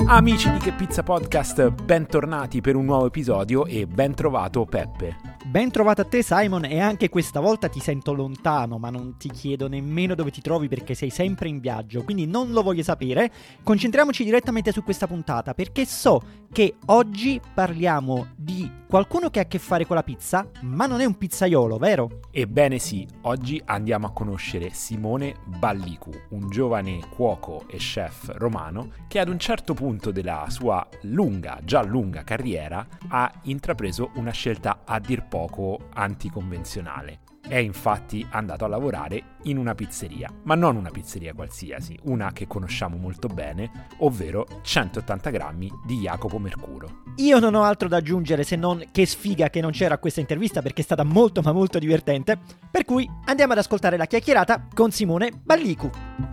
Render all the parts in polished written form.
Amici di Che Pizza Podcast, bentornati per un nuovo episodio e ben trovato Peppe. Ben trovato a te Simon, e anche questa volta ti sento lontano, ma non ti chiedo nemmeno dove ti trovi perché sei sempre in viaggio, quindi non lo voglio sapere. Concentriamoci direttamente su questa puntata perché so che oggi parliamo di qualcuno che ha a che fare con la pizza, ma non è un pizzaiolo, vero? Ebbene sì, oggi andiamo a conoscere Simone Ballicu, un giovane cuoco e chef romano che ad un certo punto della sua già lunga carriera ha intrapreso una scelta a dir poco anticonvenzionale. È infatti andato a lavorare in una pizzeria, ma non una pizzeria qualsiasi, una che conosciamo molto bene, ovvero 180 grammi di Jacopo Mercuro. Io non ho altro da aggiungere se non che sfiga che non c'era a questa intervista perché è stata molto ma molto divertente, per cui andiamo ad ascoltare la chiacchierata con Simone Ballicu.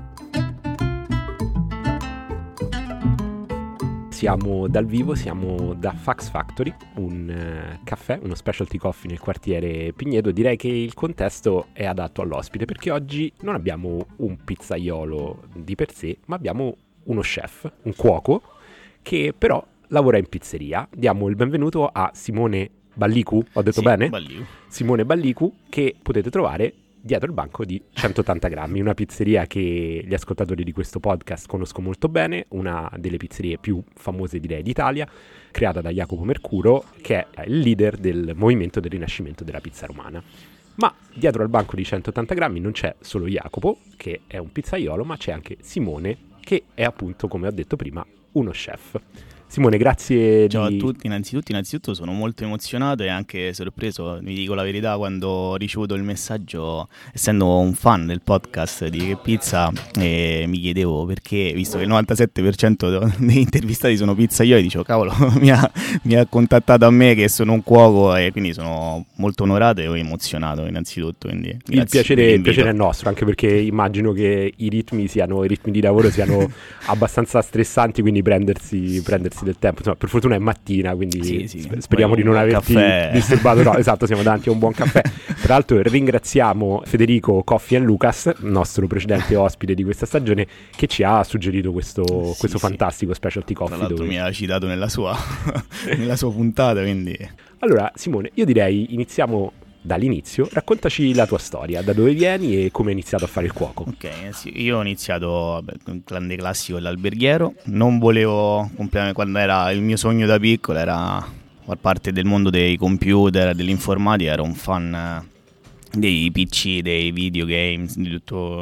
Siamo dal vivo, siamo da Fax Factory, un caffè, uno specialty coffee nel quartiere Pigneto. Direi che il contesto è adatto all'ospite perché oggi non abbiamo un pizzaiolo di per sé, ma abbiamo uno chef, un cuoco, che però lavora in pizzeria. Diamo il benvenuto a Simone Ballicu, ho detto bene? Ballicu. Simone Ballicu, che potete trovare dietro il banco di 180 grammi, una pizzeria che gli ascoltatori di questo podcast conoscono molto bene, una delle pizzerie più famose direi d'Italia, creata da Jacopo Mercuro, che è il leader del movimento del rinascimento della pizza romana. Ma dietro al banco di 180 grammi non c'è solo Jacopo, che è un pizzaiolo, ma c'è anche Simone, che è appunto, come ho detto prima, uno chef. Simone, grazie. Ciao a tutti, innanzitutto sono molto emozionato e anche sorpreso, vi dico la verità, quando ho ricevuto il messaggio, essendo un fan del podcast di Che Pizza, mi chiedevo perché, visto che il 97% degli intervistati sono pizzaioli, dicevo cavolo, mi ha contattato a me che sono un cuoco, e quindi sono molto onorato e emozionato innanzitutto. Quindi il piacere è nostro, anche perché immagino che i ritmi di lavoro siano abbastanza stressanti, quindi prendersi del tempo. Insomma, per fortuna è mattina, quindi speriamo di non averti disturbato. No, esatto, siamo davanti a un buon caffè. Tra l'altro ringraziamo Federico Coffee and Lucas, nostro precedente ospite di questa stagione, che ci ha suggerito questo fantastico specialty coffee. Tra l'altro mi ha citato nella sua puntata, quindi. Allora Simone, io direi iniziamo dall'inizio. Raccontaci la tua storia, da dove vieni e come hai iniziato a fare il cuoco. Ok, io ho iniziato un grande classico dell'alberghiero. Non volevo quando era il mio sogno da piccolo era far parte del mondo dei computer, dell'informatica. Ero un fan dei PC, dei videogames, di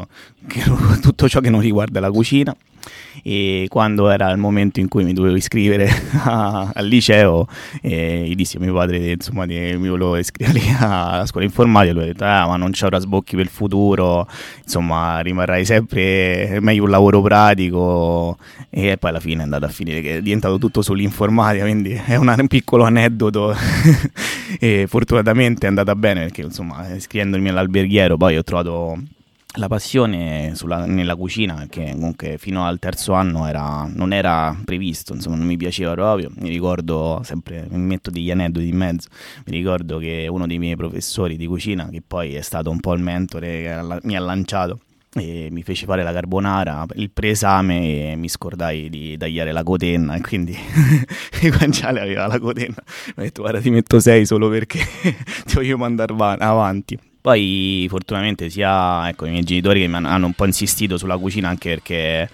tutto ciò che non riguarda la cucina. E quando era il momento in cui mi dovevo iscrivere al liceo, gli dissi a mio padre insomma mi volevo iscrivere alla scuola informatica. Lui ha detto ma non c'avrà sbocchi per il futuro, insomma rimarrai sempre, meglio un lavoro pratico. E poi alla fine è andato a finire che è diventato tutto sull'informatica, quindi è un piccolo aneddoto. E fortunatamente è andata bene perché insomma iscrivendomi all'alberghiero poi ho trovato la passione nella cucina, perché comunque fino al terzo anno non era previsto, insomma non mi piaceva proprio. Mi ricordo sempre, mi metto degli aneddoti in mezzo, mi ricordo che uno dei miei professori di cucina, che poi è stato un po' il mentore che mi ha lanciato, e mi fece fare la carbonara, il preesame, e mi scordai di tagliare la cotenna, e quindi il guanciale aveva la cotenna. Mi ha detto guarda, ti metto 6 solo perché ti voglio mandare avanti. Poi fortunatamente sia i miei genitori che mi hanno un po' insistito sulla cucina, anche perché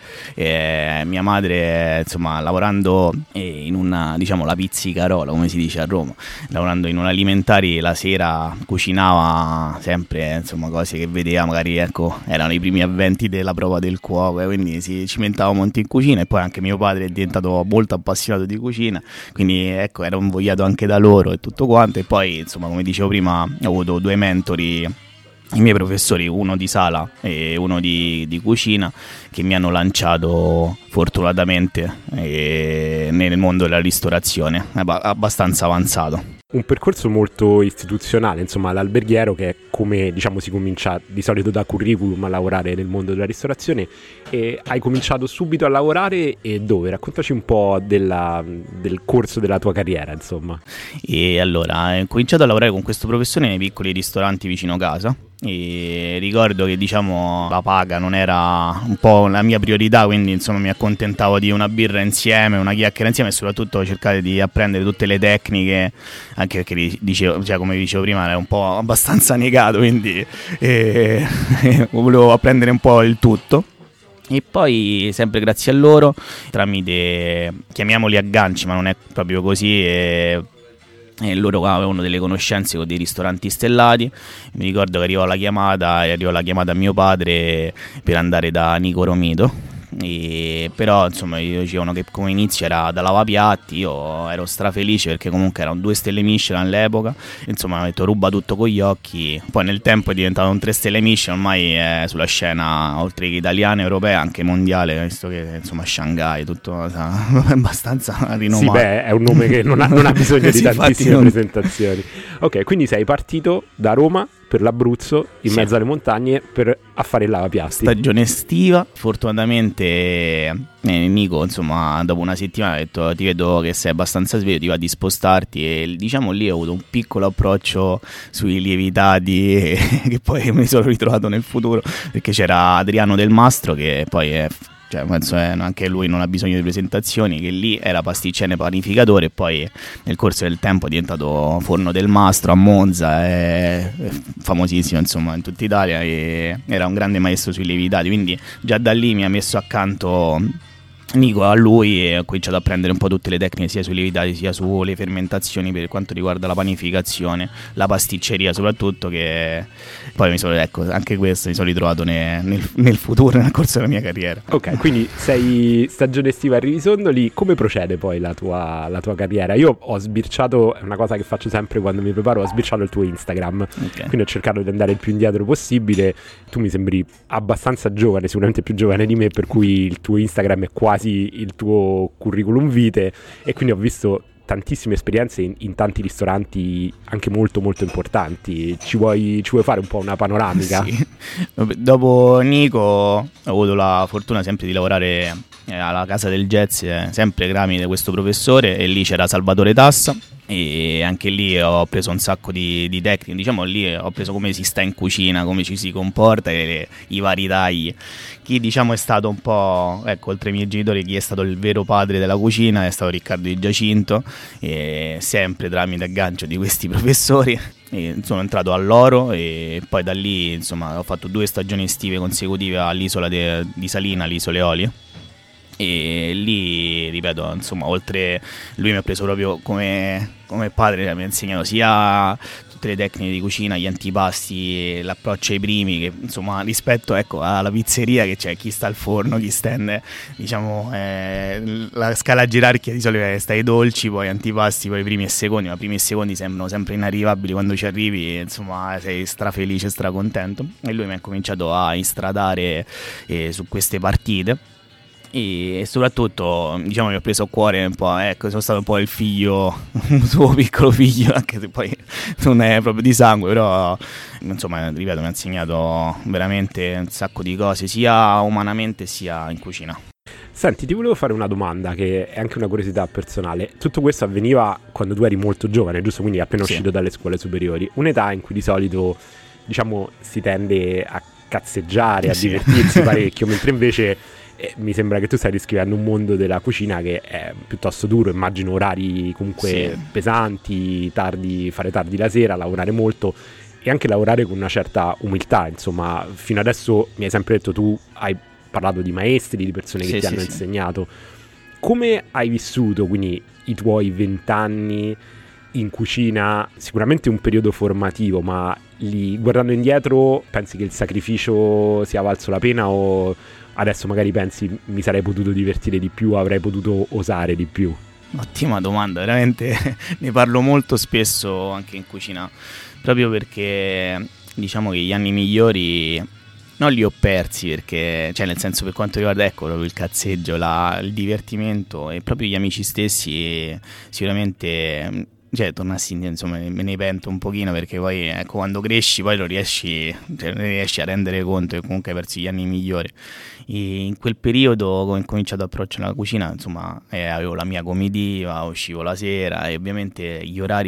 mia madre insomma lavorando in una, diciamo, la pizzicarola come si dice a Roma, lavorando in un alimentari, la sera cucinava sempre insomma cose che vedeva, magari erano i primi avventi della prova del cuoco, quindi si cimentava molto in cucina. E poi anche mio padre è diventato molto appassionato di cucina, quindi ero invogliato anche da loro e tutto quanto. E poi insomma, come dicevo prima, ho avuto 2 mentori, i miei professori, uno di sala e uno di cucina, che mi hanno lanciato fortunatamente nel mondo della ristorazione, abbastanza avanzato. Un percorso molto istituzionale, insomma, l'alberghiero, che è come, diciamo, si comincia di solito da curriculum a lavorare nel mondo della ristorazione. E hai cominciato subito a lavorare, e dove? Raccontaci un po' del corso della tua carriera, insomma. E allora, ho cominciato a lavorare con questo professore nei piccoli ristoranti vicino casa. e ricordo che diciamo la paga non era un po' la mia priorità, quindi insomma mi accontentavo di una birra insieme, una chiacchiera insieme e soprattutto cercare di apprendere tutte le tecniche, anche perché dicevo, cioè, come dicevo prima era un po' abbastanza negato, quindi volevo apprendere un po' il tutto. E poi sempre grazie a loro, tramite, chiamiamoli agganci ma non è proprio così, e loro avevano delle conoscenze con dei ristoranti stellati. Mi ricordo che arrivò la chiamata a mio padre per andare da Nico Romito, però insomma dicevano che come inizio era da lavapiatti. Io ero strafelice perché comunque erano 2 stelle Michelin all'epoca, insomma mi ho detto ruba tutto con gli occhi. Poi nel tempo è diventato un 3 stelle Michelin, ormai è sulla scena oltre che italiana, europea, anche mondiale, visto che insomma Shanghai tutto è abbastanza rinomato. Sì, beh, è un nome che non ha bisogno di tantissime presentazioni. Ok, quindi sei partito da Roma per l'Abruzzo, in mezzo alle montagne, a fare il lavapiatti. Stagione estiva, fortunatamente Nico, insomma, dopo una settimana ha detto ti vedo che sei abbastanza sveglio, ti va di spostarti, e diciamo lì ho avuto un piccolo approccio sui lievitati che poi mi sono ritrovato nel futuro, perché c'era Adriano Del Mastro che poi è... Cioè, penso anche lui non ha bisogno di presentazioni, che lì era pasticcere panificatore e poi nel corso del tempo è diventato Forno del Mastro a Monza, è famosissimo insomma in tutta Italia, e era un grande maestro sui lievitati, quindi già da lì mi ha messo accanto Nico a lui e ho cominciato a prendere un po' tutte le tecniche sia sui lievitati sia sulle fermentazioni per quanto riguarda la panificazione, la pasticceria soprattutto, che poi anche questo mi sono ritrovato nel futuro, nel corso della mia carriera. Ok, quindi sei stagione estiva a Rivisondo, lì come procede poi la tua carriera? Io ho sbirciato, è una cosa che faccio sempre quando mi preparo, ho sbirciato il tuo Instagram, quindi ho cercato di andare il più indietro possibile. Tu mi sembri abbastanza giovane, sicuramente più giovane di me, per cui il tuo Instagram è quasi il tuo curriculum vitae, e quindi ho visto tantissime esperienze in tanti ristoranti anche molto molto importanti. Ci vuoi fare un po' una panoramica? Sì. Dopo Nico ho avuto la fortuna sempre di lavorare alla Casa del Jazz, sempre tramite questo professore, e lì c'era Salvatore Tassa, e anche lì ho preso un sacco di tecniche, diciamo lì ho preso come si sta in cucina, come ci si comporta e i vari tagli. Chi diciamo è stato un po', ecco, oltre ai miei genitori, chi è stato il vero padre della cucina è stato Riccardo Di Giacinto, e sempre tramite aggancio di questi professori sono entrato all'Oro, e poi da lì insomma ho fatto 2 stagioni estive consecutive all'isola di Salina, all'Isole Eolie. E lì, ripeto, insomma, oltre, lui mi ha preso proprio come padre, mi ha insegnato sia tutte le tecniche di cucina, gli antipasti, l'approccio ai primi, che insomma rispetto, ecco, alla pizzeria, che c'è chi sta al forno, chi stende, diciamo, la scala gerarchica di solito sta ai dolci, poi antipasti, poi primi e secondi, ma primi e secondi sembrano sempre inarrivabili quando ci arrivi, insomma sei strafelice, stracontento, e lui mi ha cominciato a instradare su queste partite. E soprattutto diciamo mi ho preso a cuore un po', ecco, sono stato un po' il figlio, un suo piccolo figlio, anche se poi non è proprio di sangue, però insomma ripeto mi ha insegnato veramente un sacco di cose, sia umanamente sia in cucina. Senti, ti volevo fare una domanda che è anche una curiosità personale. Tutto questo avveniva quando tu eri molto giovane, giusto? Quindi appena uscito dalle scuole superiori, un'età in cui di solito diciamo si tende a cazzeggiare, a divertirsi parecchio, mentre invece mi sembra che tu stai descrivendo un mondo della cucina che è piuttosto duro, immagino orari comunque pesanti, fare tardi la sera, lavorare molto e anche lavorare con una certa umiltà, insomma. Fino adesso mi hai sempre detto, tu hai parlato di maestri, di persone che ti hanno insegnato. Come hai vissuto quindi i tuoi 20 anni in cucina? Sicuramente un periodo formativo, ma lì, guardando indietro, pensi che il sacrificio sia valso la pena, o adesso magari pensi mi sarei potuto divertire di più, avrei potuto osare di più? Ottima domanda, veramente ne parlo molto spesso anche in cucina, proprio perché diciamo che gli anni migliori non li ho persi, perché cioè nel senso, per quanto riguarda, ecco, proprio il cazzeggio, il divertimento e proprio gli amici stessi, sicuramente, cioè tornassi indietro, insomma me ne pento un pochino, perché poi ecco, quando cresci poi non riesci a rendere conto che comunque hai perso gli anni migliori. E in quel periodo ho incominciato approccio alla cucina, insomma avevo la mia comitiva, uscivo la sera, e ovviamente gli orari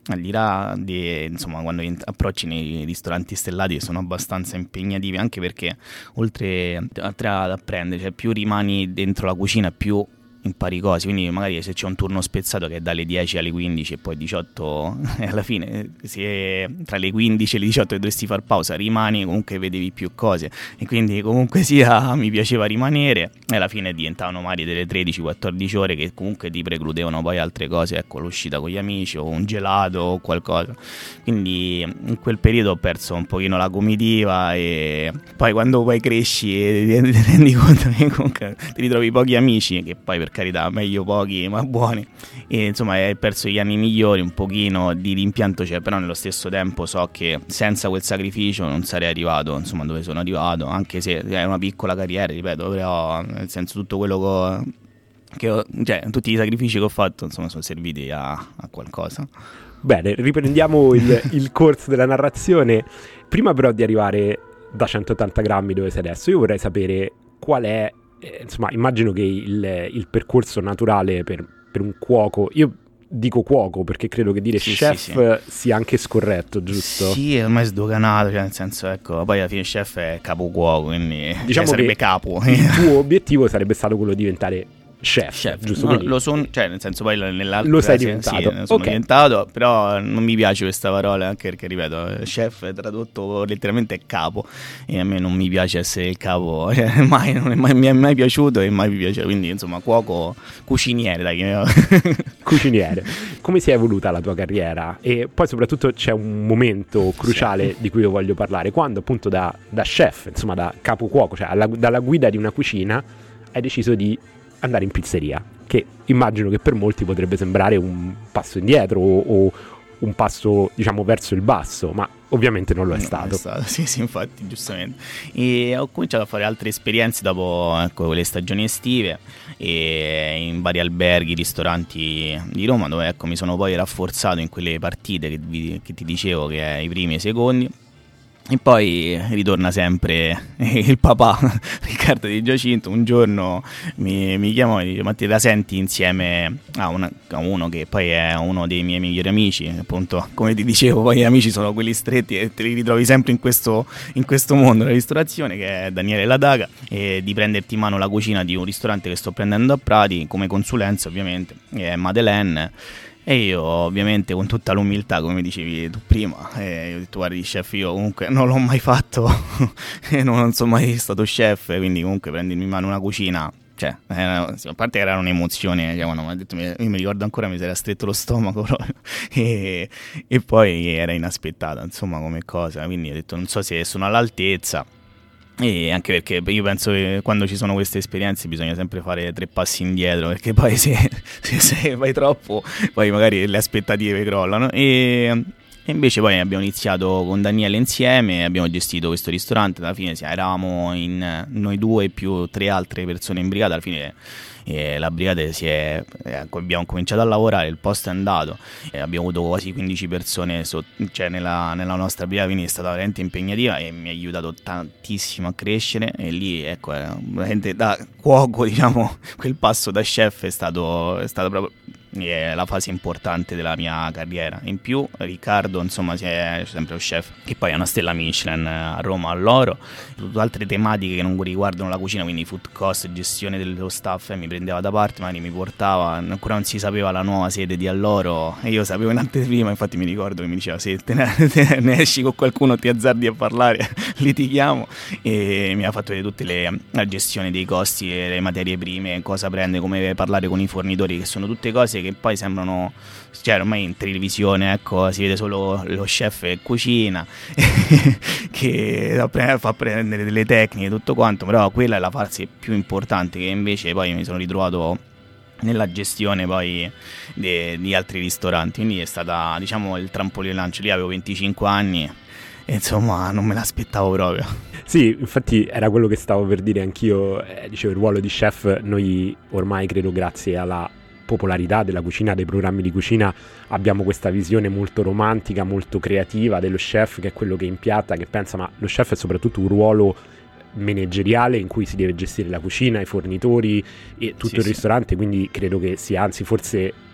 al di là di, insomma, quando approcci nei ristoranti stellati sono abbastanza impegnativi, anche perché oltre ad apprendere, cioè più rimani dentro la cucina più impari cose, quindi magari se c'è un turno spezzato che è dalle 10 alle 15 e poi 18 alla fine se tra le 15 e le 18 che dovresti far pausa rimani, comunque vedevi più cose e quindi comunque sia mi piaceva rimanere e alla fine diventavano magari delle 13-14 ore che comunque ti precludevano poi altre cose, ecco, l'uscita con gli amici o un gelato o qualcosa, quindi in quel periodo ho perso un pochino la comitiva e poi quando poi cresci e ti rendi conto che comunque ti ritrovi pochi amici, che poi per carità meglio pochi ma buoni, e insomma hai perso gli anni migliori, un pochino di rimpianto c'è, però nello stesso tempo so che senza quel sacrificio non sarei arrivato insomma dove sono arrivato, anche se è una piccola carriera, ripeto, però nel senso tutto quello cioè tutti i sacrifici che ho fatto insomma sono serviti a qualcosa. Bene, riprendiamo il corso della narrazione. Prima però di arrivare da 180 grammi dove sei adesso, io vorrei sapere qual è, insomma, immagino che il percorso naturale per un cuoco, io dico cuoco perché credo che dire chef sia anche scorretto, giusto? Sì, è ormai sdoganato, cioè nel senso, ecco, poi alla fine chef è capo cuoco, quindi diciamo sarebbe capo. Il tuo obiettivo sarebbe stato quello di diventare chef, giusto? No, lo sono, cioè nel senso poi nell'altro lo sei diventato. Sì, sono diventato, però non mi piace questa parola, anche perché ripeto, chef è tradotto letteralmente capo e a me non mi piace essere il capo, cioè, non mi è mai piaciuto e mai mi piace, quindi insomma cuoco, cuciniere, dai. Cuciniere. Come si è evoluta la tua carriera? E poi soprattutto c'è un momento cruciale di cui io voglio parlare, quando appunto da chef, insomma da capo cuoco, cioè dalla guida di una cucina hai deciso di andare in pizzeria, che immagino che per molti potrebbe sembrare un passo indietro o un passo, diciamo, verso il basso, ma ovviamente non lo è stato. Sì, infatti, giustamente. E ho cominciato a fare altre esperienze dopo, ecco, quelle stagioni estive e in vari alberghi, ristoranti di Roma, dove ecco mi sono poi rafforzato in quelle partite che ti dicevo, che è i primi e i secondi. E poi ritorna sempre il papà Riccardo Di Giacinto, un giorno mi chiamò e dice: ma te la senti insieme a uno che poi è uno dei miei migliori amici, appunto come ti dicevo poi gli amici sono quelli stretti e te li ritrovi sempre in questo mondo della ristorazione, che è Daniele Ladaga, e di prenderti in mano la cucina di un ristorante che sto prendendo a Prati come consulenza ovviamente, che è Madeleine. E io ovviamente con tutta l'umiltà, come dicevi tu prima, io ho detto: guardi chef, io comunque non l'ho mai fatto e non sono mai stato chef, quindi comunque prendermi in mano una cucina, cioè a parte era un'emozione, cioè, quando mi ha detto, io mi ricordo ancora, mi si era stretto lo stomaco proprio e poi era inaspettata insomma come cosa, quindi ho detto non so se sono all'altezza. E anche perché io penso che quando ci sono queste esperienze bisogna sempre fare 3 passi indietro, perché poi se vai troppo poi magari le aspettative crollano. E invece poi abbiamo iniziato con Daniele insieme, abbiamo gestito questo ristorante, alla fine eravamo in noi due più 3 altre persone in brigata, alla fine la brigata abbiamo cominciato a lavorare, il posto è andato, abbiamo avuto quasi 15 persone cioè nella nostra brigata, quindi è stata veramente impegnativa e mi ha aiutato tantissimo a crescere. E lì ecco, veramente da cuoco, diciamo, quel passo da chef è stato proprio la fase importante della mia carriera. In più Riccardo insomma è sempre lo chef che poi è una stella Michelin a Roma all'Oro, tutte altre tematiche che non riguardano la cucina, quindi food cost, gestione dello staff, mi prendeva da parte, magari mi portava, ancora non si sapeva la nuova sede di all'Oro e io sapevo in anteprima, infatti mi ricordo che mi diceva: se te ne esci con qualcuno ti azzardi a parlare litighiamo, e mi ha fatto vedere tutte la gestione dei costi, le materie prime, cosa prende, come parlare con i fornitori, che sono tutte cose che poi sembrano, cioè ormai in televisione ecco si vede solo lo chef che cucina che fa prendere delle tecniche tutto quanto, però quella è la fase più importante, che invece poi mi sono ritrovato nella gestione poi di altri ristoranti, quindi è stata, diciamo, il trampolino lancio. Lì avevo 25 anni e insomma non me l'aspettavo proprio. Sì, infatti era quello che stavo per dire anch'io, dicevo, il ruolo di chef, noi ormai credo grazie alla popolarità della cucina, dei programmi di cucina, abbiamo questa visione molto romantica, molto creativa dello chef, che è quello che impiatta, che pensa, ma lo chef è soprattutto un ruolo manageriale in cui si deve gestire la cucina, i fornitori e tutto il ristorante, quindi credo che sia, anzi forse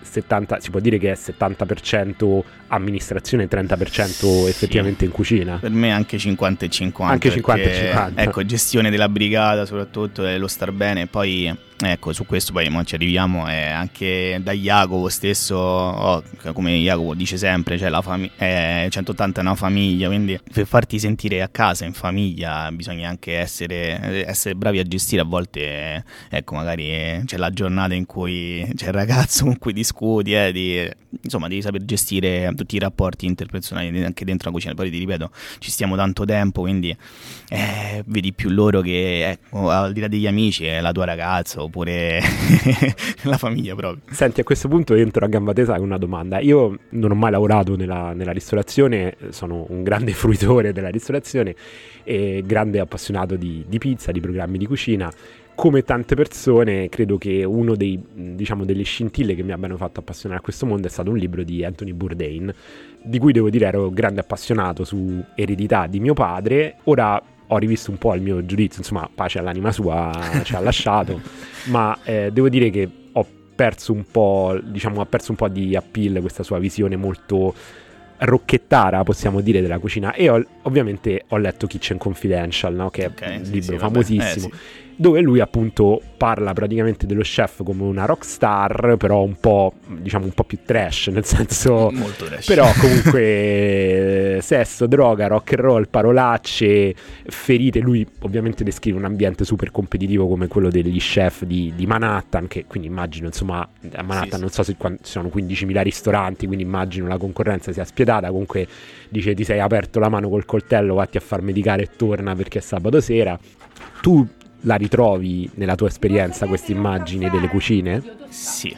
si può dire che è 70% amministrazione e 30% effettivamente in cucina? Per me anche 50 e 50. Anche 50 e 50. Ecco, gestione della brigata soprattutto, lo star bene, poi ecco, su questo poi ci arriviamo, anche da Jacopo stesso, come Jacopo dice sempre, cioè 180 è una famiglia, quindi per farti sentire a casa, in famiglia, bisogna anche essere bravi a gestire. A volte, ecco, magari c'è la giornata in cui c'è il ragazzo con cui discuti, insomma devi saper gestire tutti i rapporti interpersonali anche dentro la cucina. Poi ti ripeto, ci stiamo tanto tempo, quindi vedi più loro che, ecco, al di là degli amici, è la tua ragazza oppure la famiglia proprio. Senti, a questo punto entro a gamba tesa con una domanda. Io non ho mai lavorato nella ristorazione, sono un grande fruitore della ristorazione e grande appassionato di pizza, di programmi di cucina. Come tante persone, credo che uno delle scintille che mi abbiano fatto appassionare a questo mondo è stato un libro di Anthony Bourdain, di cui devo dire ero grande appassionato su Eredità di mio padre. Ora ho rivisto un po' il mio giudizio, insomma, pace all'anima sua, ci ha lasciato, ma devo dire che ha perso un po' di appeal questa sua visione molto rocchettara, possiamo dire, della cucina. E ovviamente ho letto Kitchen Confidential, no? Che è un libro famosissimo, dove lui appunto parla praticamente dello chef come una rockstar, però un po' più trash, nel senso molto trash. Però comunque sesso, droga, rock and roll, parolacce, ferite. Lui ovviamente descrive un ambiente super competitivo come quello degli chef di Manhattan, che quindi immagino, insomma, a Manhattan non so se ci sono 15.000 ristoranti, quindi immagino la concorrenza sia spietata. Comunque dice: ti sei aperto la mano col coltello, vatti a far medicare e torna perché è sabato sera. Tu la ritrovi nella tua esperienza questa immagine delle cucine? Sì.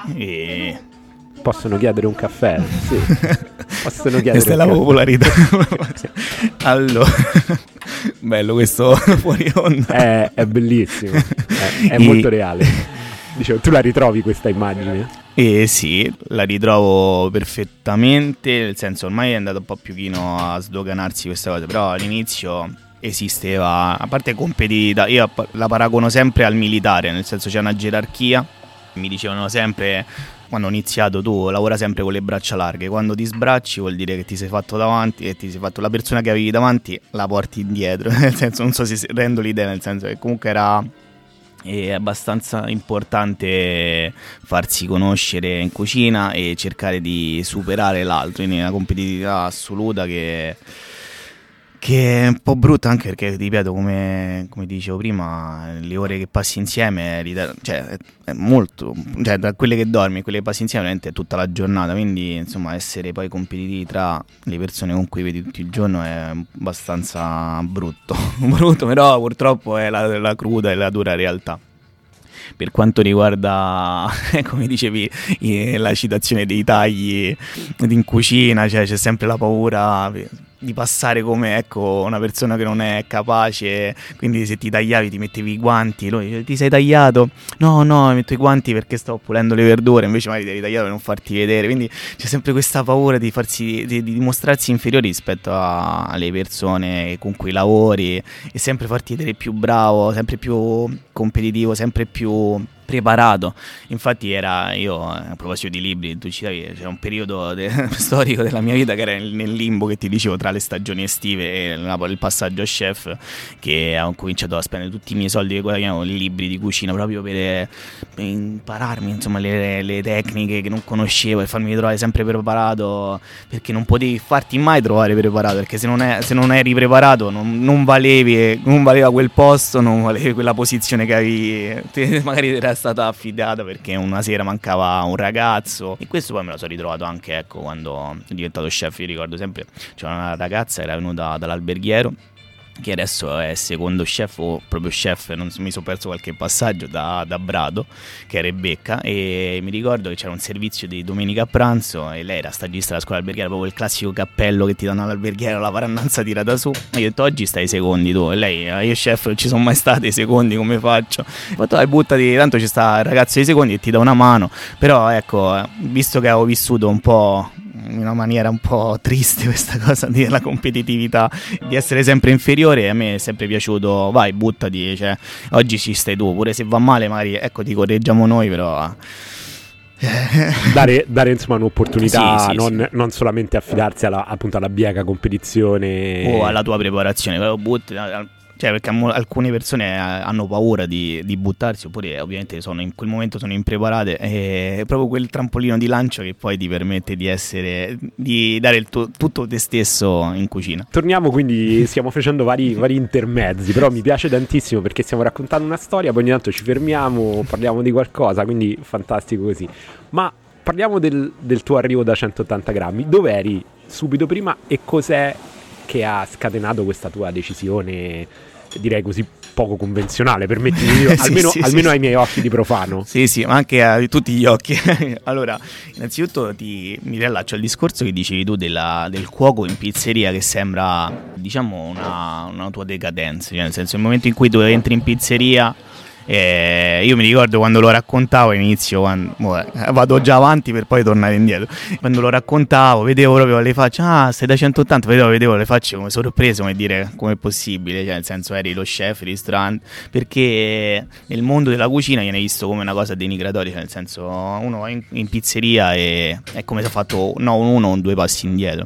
Possono chiedere un caffè? Sì. Possono chiedere. Questa è la popolarità. Allora, bello questo fuori onda. È bellissimo, è molto reale. Dicevo, tu la ritrovi questa immagine? Sì, la ritrovo perfettamente, nel senso, ormai è andato un po' più a sdoganarsi questa cosa, però all'inizio esisteva, a parte competitività, io la paragono sempre al militare, nel senso c'è una gerarchia. Mi dicevano sempre, quando ho iniziato, tu lavora sempre con le braccia larghe, quando ti sbracci vuol dire che ti sei fatto davanti e ti sei fatto la persona che avevi davanti la porti indietro, nel senso, non so se rendo l'idea, nel senso che comunque è abbastanza importante farsi conoscere in cucina e cercare di superare l'altro, quindi una competitività assoluta che è un po' brutta, anche perché, ripeto, come dicevo prima, le ore che passi insieme, cioè, è molto, cioè, da quelle che dormi e quelle che passi insieme veramente è tutta la giornata, quindi insomma essere poi competitivi tra le persone con cui vedi tutto il giorno è abbastanza brutto, però purtroppo è la cruda e la dura realtà. Per quanto riguarda, come dicevi, la citazione dei tagli in cucina, cioè c'è sempre la paura di passare come, ecco, una persona che non è capace, quindi se ti tagliavi ti mettevi i guanti, lui dice: ti sei tagliato? No, metto i guanti perché sto pulendo le verdure, invece magari devi tagliare per non farti vedere, quindi c'è sempre questa paura di dimostrarsi inferiori rispetto alle persone con cui lavori e sempre farti vedere più bravo, sempre più competitivo, sempre più preparato. Infatti io, a proposito di libri, tu citavi, c'era un periodo storico della mia vita che era nel limbo che ti dicevo, tra le stagioni estive e il passaggio a chef, che ho cominciato a spendere tutti i miei soldi che guadagnavo in libri di cucina proprio per impararmi, insomma, le tecniche che non conoscevo e farmi trovare sempre preparato, perché non potevi farti mai trovare preparato, perché se non eri preparato non valeva quel posto, non valeva quella posizione che avevi, magari era stata affidata perché una sera mancava un ragazzo. E questo poi me lo sono ritrovato anche, ecco, quando ho diventato chef. Io ricordo sempre, c'era una ragazza che era venuta dall'alberghiero, che adesso è secondo chef o proprio chef, non mi sono perso qualche passaggio, da Brado, che è Rebecca, e mi ricordo che c'era un servizio di domenica a pranzo e lei era stagista della scuola alberghiera, proprio il classico cappello che ti danno all'alberghiera, la parannanza tirata su, e io ho detto: oggi stai secondi tu, e lei: io chef non ci sono mai stati i secondi, come faccio? Ho fatto: dai, buttati, tanto ci sta il ragazzo dei secondi e ti dà una mano. Però ecco, visto che avevo vissuto un po' in una maniera un po' triste questa cosa della competitività, di essere sempre inferiore, a me è sempre piaciuto: vai, buttati, cioè, oggi ci stai tu, pure se va male magari, ecco, ti correggiamo noi, però dare insomma un'opportunità, Sì. non solamente affidarsi appunto alla bieca competizione o alla tua preparazione, cioè perché alcune persone hanno paura di buttarsi, oppure ovviamente in quel momento sono impreparate, è proprio quel trampolino di lancio che poi ti permette di dare tutto te stesso in cucina. Torniamo, quindi stiamo facendo vari intermezzi, però mi piace tantissimo perché stiamo raccontando una storia, poi ogni tanto ci fermiamo, parliamo di qualcosa, quindi fantastico così. Ma parliamo del tuo arrivo da 180 grammi, dove eri subito prima e cos'è che ha scatenato questa tua decisione, direi così poco convenzionale, permettimi io, almeno ai miei occhi di profano. Sì, ma anche a tutti gli occhi. Allora, innanzitutto mi riallaccio al discorso che dicevi tu del cuoco in pizzeria, che sembra, diciamo, una tua decadenza, cioè nel senso, il momento in cui tu entri in pizzeria, io mi ricordo quando lo raccontavo all'inizio, vado già avanti per poi tornare indietro. Quando lo raccontavo, vedevo proprio le facce, stai da 180, vedevo le facce come sorprese, come dire, com'è possibile, cioè nel senso, eri lo chef, il ristorante, perché nel mondo della cucina viene visto come una cosa denigratoria, cioè nel senso, uno va in pizzeria e è come se ha fatto uno o due passi indietro.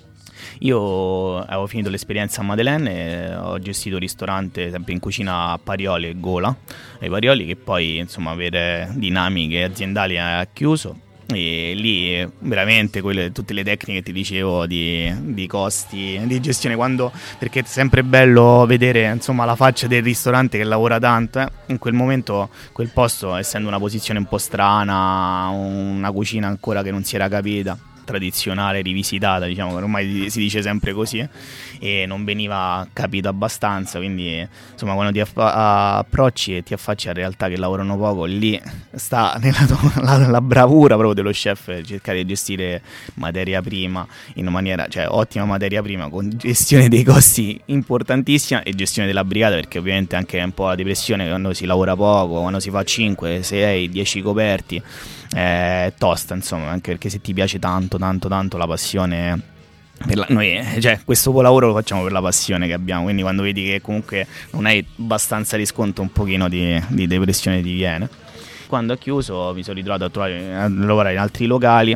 Io avevo finito l'esperienza a Madeleine, ho gestito un ristorante sempre in cucina a Parioli e Gola, ai Parioli, che poi insomma per dinamiche aziendali ha chiuso, e lì veramente tutte le tecniche che ti dicevo di costi, di gestione, perché è sempre bello vedere insomma la faccia del ristorante che lavora tanto, in quel momento quel posto, essendo una posizione un po' strana, una cucina ancora che non si era capita, tradizionale, rivisitata, diciamo, ormai si dice sempre così, e non veniva capito abbastanza, quindi insomma quando ti approcci e ti affacci a realtà che lavorano poco, lì sta la bravura proprio dello chef, cercare di gestire materia prima in maniera, cioè ottima materia prima, con gestione dei costi importantissima e gestione della brigata, perché ovviamente anche un po' la depressione quando si lavora poco, quando si fa 5, 6, 10 coperti, è tosta, insomma, anche perché se ti piace tanto la passione noi, cioè questo lavoro lo facciamo per la passione che abbiamo, quindi quando vedi che comunque non hai abbastanza riscontro, un pochino di depressione ti viene. Quando ho chiuso mi sono ritrovato a lavorare in altri locali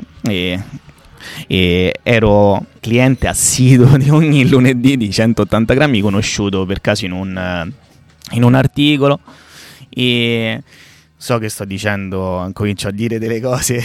e ero cliente assiduo di ogni lunedì di 180 grammi, conosciuto per caso in un articolo, e so che sto dicendo, comincio a dire delle cose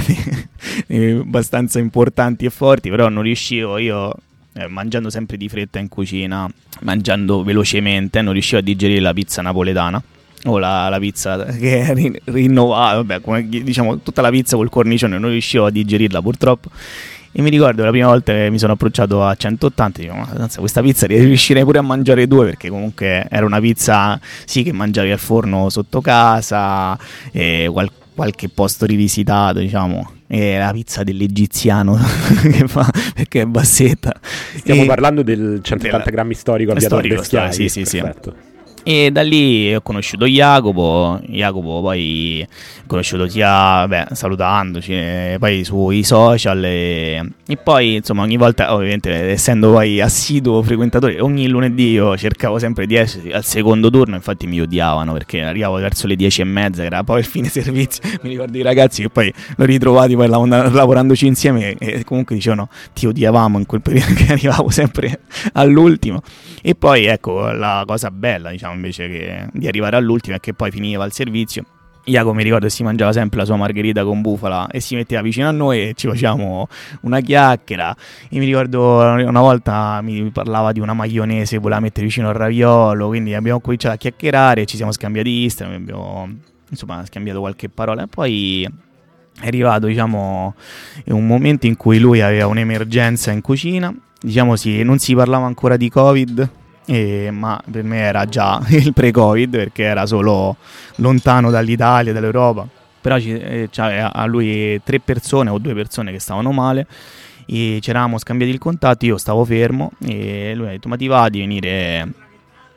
abbastanza importanti e forti, però non riuscivo, io mangiando sempre di fretta in cucina, mangiando velocemente, non riuscivo a digerire la pizza napoletana o la pizza che è rinnovata, vabbè, come diciamo tutta la pizza col cornicione, non riuscivo a digerirla purtroppo. E mi ricordo la prima volta che mi sono approcciato a 180, dico, ma questa pizza riuscirei pure a mangiare due, perché comunque era una pizza sì che mangiavi al forno sotto casa, qualche posto rivisitato, diciamo, e la pizza dell'egiziano che fa, perché è bassetta. Stiamo parlando del 180 grammi storico a Via Torre Schiavi. Sì. E da lì ho conosciuto Jacopo poi ho conosciuto sia, salutandoci, poi sui social e poi insomma ogni volta, ovviamente essendo poi assiduo frequentatore, ogni lunedì io cercavo sempre di essere al secondo turno, infatti mi odiavano perché arrivavo verso le 10:30, che era poi il fine servizio, mi ricordo i ragazzi che poi l'ho ritrovati poi lavorandoci insieme e comunque dicevano ti odiavamo in quel periodo, che arrivavo sempre all'ultimo. E poi ecco la cosa bella, diciamo, invece che di arrivare all'ultimo, è che poi finiva il servizio, Jacopo mi ricordo si mangiava sempre la sua margherita con bufala e si metteva vicino a noi e ci facevamo una chiacchiera, e mi ricordo una volta mi parlava di una maionese, voleva mettere vicino al raviolo, quindi abbiamo cominciato a chiacchierare, ci siamo scambiati Instagram, abbiamo insomma scambiato qualche parola, e poi è arrivato, diciamo, un momento in cui lui aveva un'emergenza in cucina, diciamo non si parlava ancora di Covid, ma per me era già il pre-Covid, perché era solo lontano dall'Italia, dall'Europa, però c'aveva a lui 3 persone o 2 persone che stavano male, e ci eravamo scambiati il contatto, io stavo fermo e lui ha detto ma ti va di venire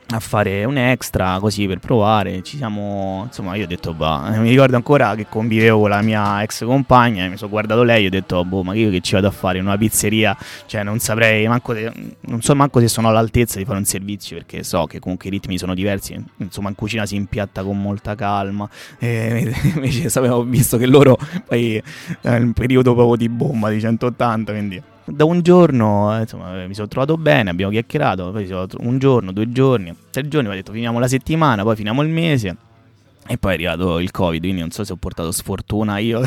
a fare un extra così per provare. Ci siamo, insomma, io ho detto mi ricordo ancora che convivevo con la mia ex compagna e mi sono guardato lei e ho detto ma io che ci vado a fare in una pizzeria, cioè non saprei non so manco se sono all'altezza di fare un servizio, perché so che comunque i ritmi sono diversi, insomma in cucina si impiatta con molta calma, e invece avevo visto che loro poi nel periodo proprio di bomba di 180, quindi da un giorno insomma mi sono trovato bene, abbiamo chiacchierato, poi un giorno, 2 giorni, 3 giorni, ho detto finiamo la settimana, poi finiamo il mese, e poi è arrivato il Covid, quindi non so se ho portato sfortuna io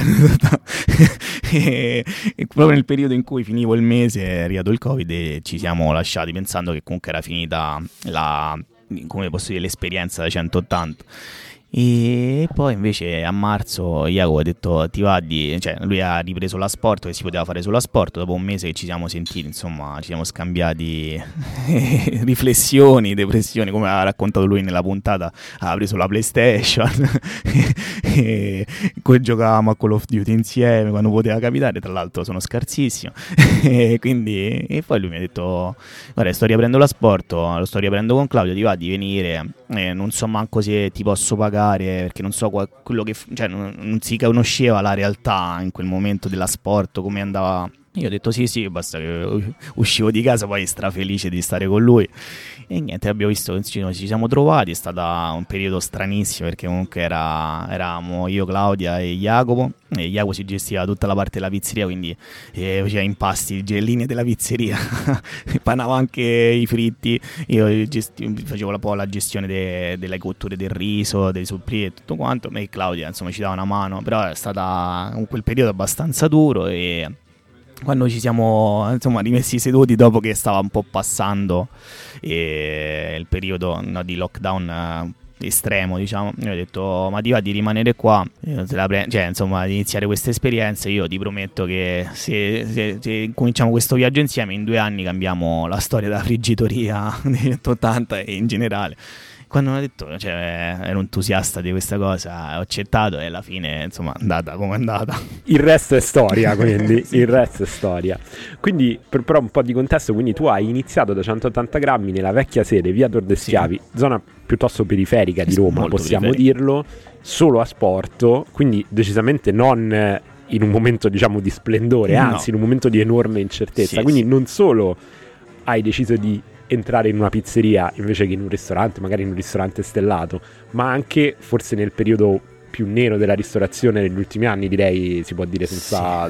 e proprio nel periodo in cui finivo il mese è arrivato il Covid e ci siamo lasciati pensando che comunque era finita come posso dire, l'esperienza da 180. E poi invece a marzo Jacopo ha detto ti va cioè lui ha ripreso la sport, che si poteva fare solo a sport, dopo un mese che ci siamo sentiti, insomma ci siamo scambiati riflessioni, depressioni, come ha raccontato lui nella puntata, ha preso la PlayStation e poi giocavamo a Call of Duty insieme quando poteva capitare, tra l'altro sono scarsissimo e poi lui mi ha detto guarda sto riaprendo la sport, lo sto riaprendo con Claudio, ti va di venire, non so manco se ti posso pagare perché non so quello che cioè non si conosceva la realtà in quel momento della sport, come andava. Io ho detto sì, basta che uscivo di casa, poi strafelice di stare con lui e niente, abbiamo visto che ci siamo trovati, è stato un periodo stranissimo perché comunque eravamo io, Claudia e Jacopo, e Jacopo si gestiva tutta la parte della pizzeria, quindi faceva impasti, gelline della pizzeria panava anche i fritti, io facevo un po' la gestione delle cotture del riso, dei supplì e tutto quanto, e Claudia insomma ci dava una mano, però è stata quel periodo abbastanza duro e quando ci siamo insomma rimessi seduti dopo che stava un po' passando il periodo di lockdown estremo, diciamo, io ho detto ma ti va di rimanere qua, cioè insomma di iniziare questa esperienza, io ti prometto che se cominciamo questo viaggio insieme in 2 anni cambiamo la storia della friggitoria degli 80 e in generale. Quando mi ha detto, cioè, ero entusiasta di questa cosa, ho accettato e alla fine, insomma, è andata come è andata. Il resto è storia, quindi, sì. Il resto è storia. Quindi, però un po' di contesto, quindi tu hai iniziato da 180 grammi nella vecchia sede, via Tor de Schiavi, zona piuttosto periferica di Roma, molto possiamo periferica. dirlo, solo a sport, quindi decisamente non in un momento, diciamo, di splendore, anzi, in un momento di enorme incertezza. Quindi non solo hai deciso di entrare in una pizzeria invece che in un ristorante, magari in un ristorante stellato, ma anche forse nel periodo più nero della ristorazione negli ultimi anni, direi, si può dire senza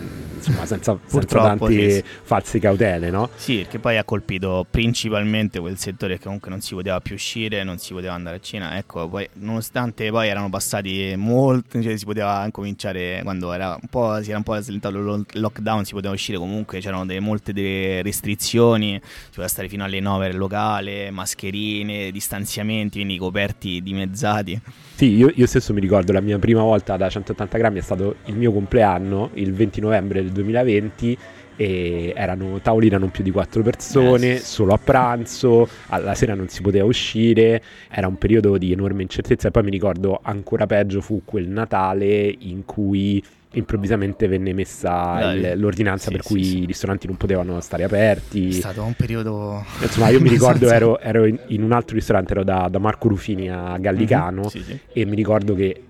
tante false cautele, no? Sì, perché poi ha colpito principalmente quel settore che comunque non si poteva più uscire, non si poteva andare a cena, ecco, poi nonostante poi erano passati molto, cioè si poteva cominciare quando si era un po' slentato il lockdown, si poteva uscire comunque, c'erano molte delle restrizioni, si poteva stare fino alle 9 al locale, mascherine, distanziamenti, quindi coperti dimezzati. Sì, io stesso mi ricordo la mia prima volta da 180 grammi è stato il mio compleanno, il 20 novembre del 2020, e tavoli erano più di 4 persone, solo a pranzo, alla sera non si poteva uscire, era un periodo di enorme incertezza. E poi mi ricordo ancora peggio fu quel Natale in cui improvvisamente venne messa l'ordinanza per cui i ristoranti non potevano stare aperti. È stato un periodo, insomma, io mi ricordo ero in un altro ristorante, ero da Marco Rufini a Gallicano, e mi ricordo che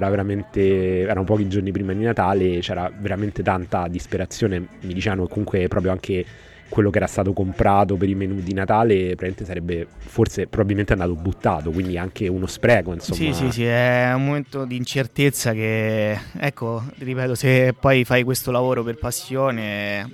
erano pochi giorni prima di Natale, c'era veramente tanta disperazione, mi dicevano che comunque proprio anche quello che era stato comprato per i menù di Natale probabilmente è andato buttato, quindi anche uno spreco, insomma. Sì, è un momento di incertezza che, ecco, ripeto, se poi fai questo lavoro per passione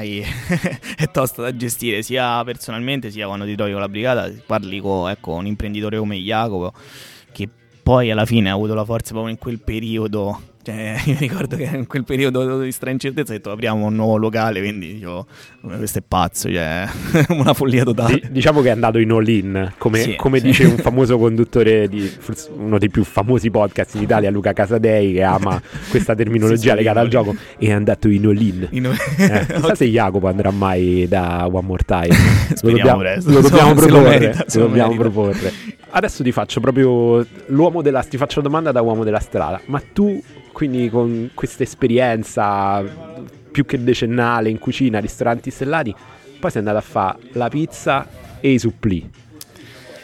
è tosta da gestire, sia personalmente sia quando ti trovi con la brigata, parli con un imprenditore come Jacopo, che poi alla fine ha avuto la forza proprio in quel periodo. Cioè, io ricordo che in quel periodo di incertezza ho detto apriamo un nuovo locale, quindi dicevo questo è pazzo, cioè una follia totale. Diciamo che è andato in all-in, come dice un famoso conduttore di uno dei più famosi podcast in Italia, Luca Casadei, che ama questa terminologia legata al gioco, e è andato in all-in. Chissà se Jacopo andrà mai da One More Time. Lo dobbiamo proporre. Adesso ti faccio proprio ti faccio la domanda da uomo della strada, ma tu, quindi con questa esperienza più che decennale in cucina, ristoranti stellati, poi sei andato a fare la pizza e i supplì.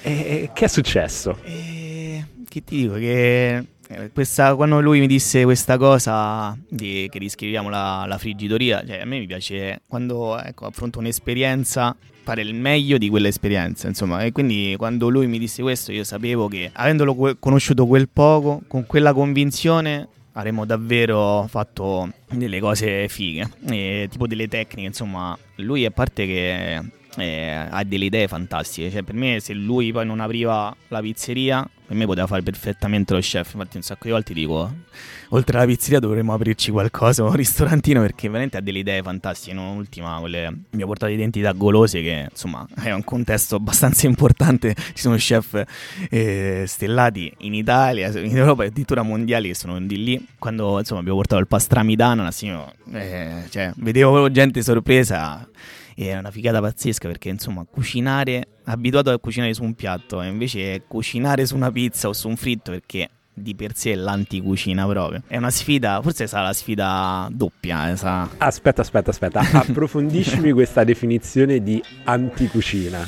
Che è successo? Che ti dico? Che quando lui mi disse questa cosa che riscriviamo la friggitoria, cioè a me mi piace quando affronto un'esperienza fare il meglio di quell'esperienza, insomma, e quindi quando lui mi disse questo io sapevo che avendolo conosciuto quel poco, con quella convinzione avremmo davvero fatto delle cose fighe, tipo delle tecniche, insomma. Lui, a parte che ha delle idee fantastiche, cioè per me se lui poi non apriva la pizzeria, per me poteva fare perfettamente lo chef. Infatti un sacco di volte dico, oltre alla pizzeria dovremmo aprirci qualcosa, un ristorantino, perché veramente ha delle idee fantastiche. Non ultima, quelle mi ha portato identità golose, che insomma è un contesto abbastanza importante. Ci sono chef stellati in Italia, in Europa e addirittura mondiali che sono di lì. Quando insomma abbiamo portato il pastrami d'ananas, cioè vedevo gente sorpresa. È una figata pazzesca, perché insomma cucinare, abituato a cucinare su un piatto, e invece cucinare su una pizza o su un fritto, perché di per sé è l'anticucina proprio. È una sfida, forse sarà la sfida doppia. Aspetta, approfondiscimi questa definizione di anticucina.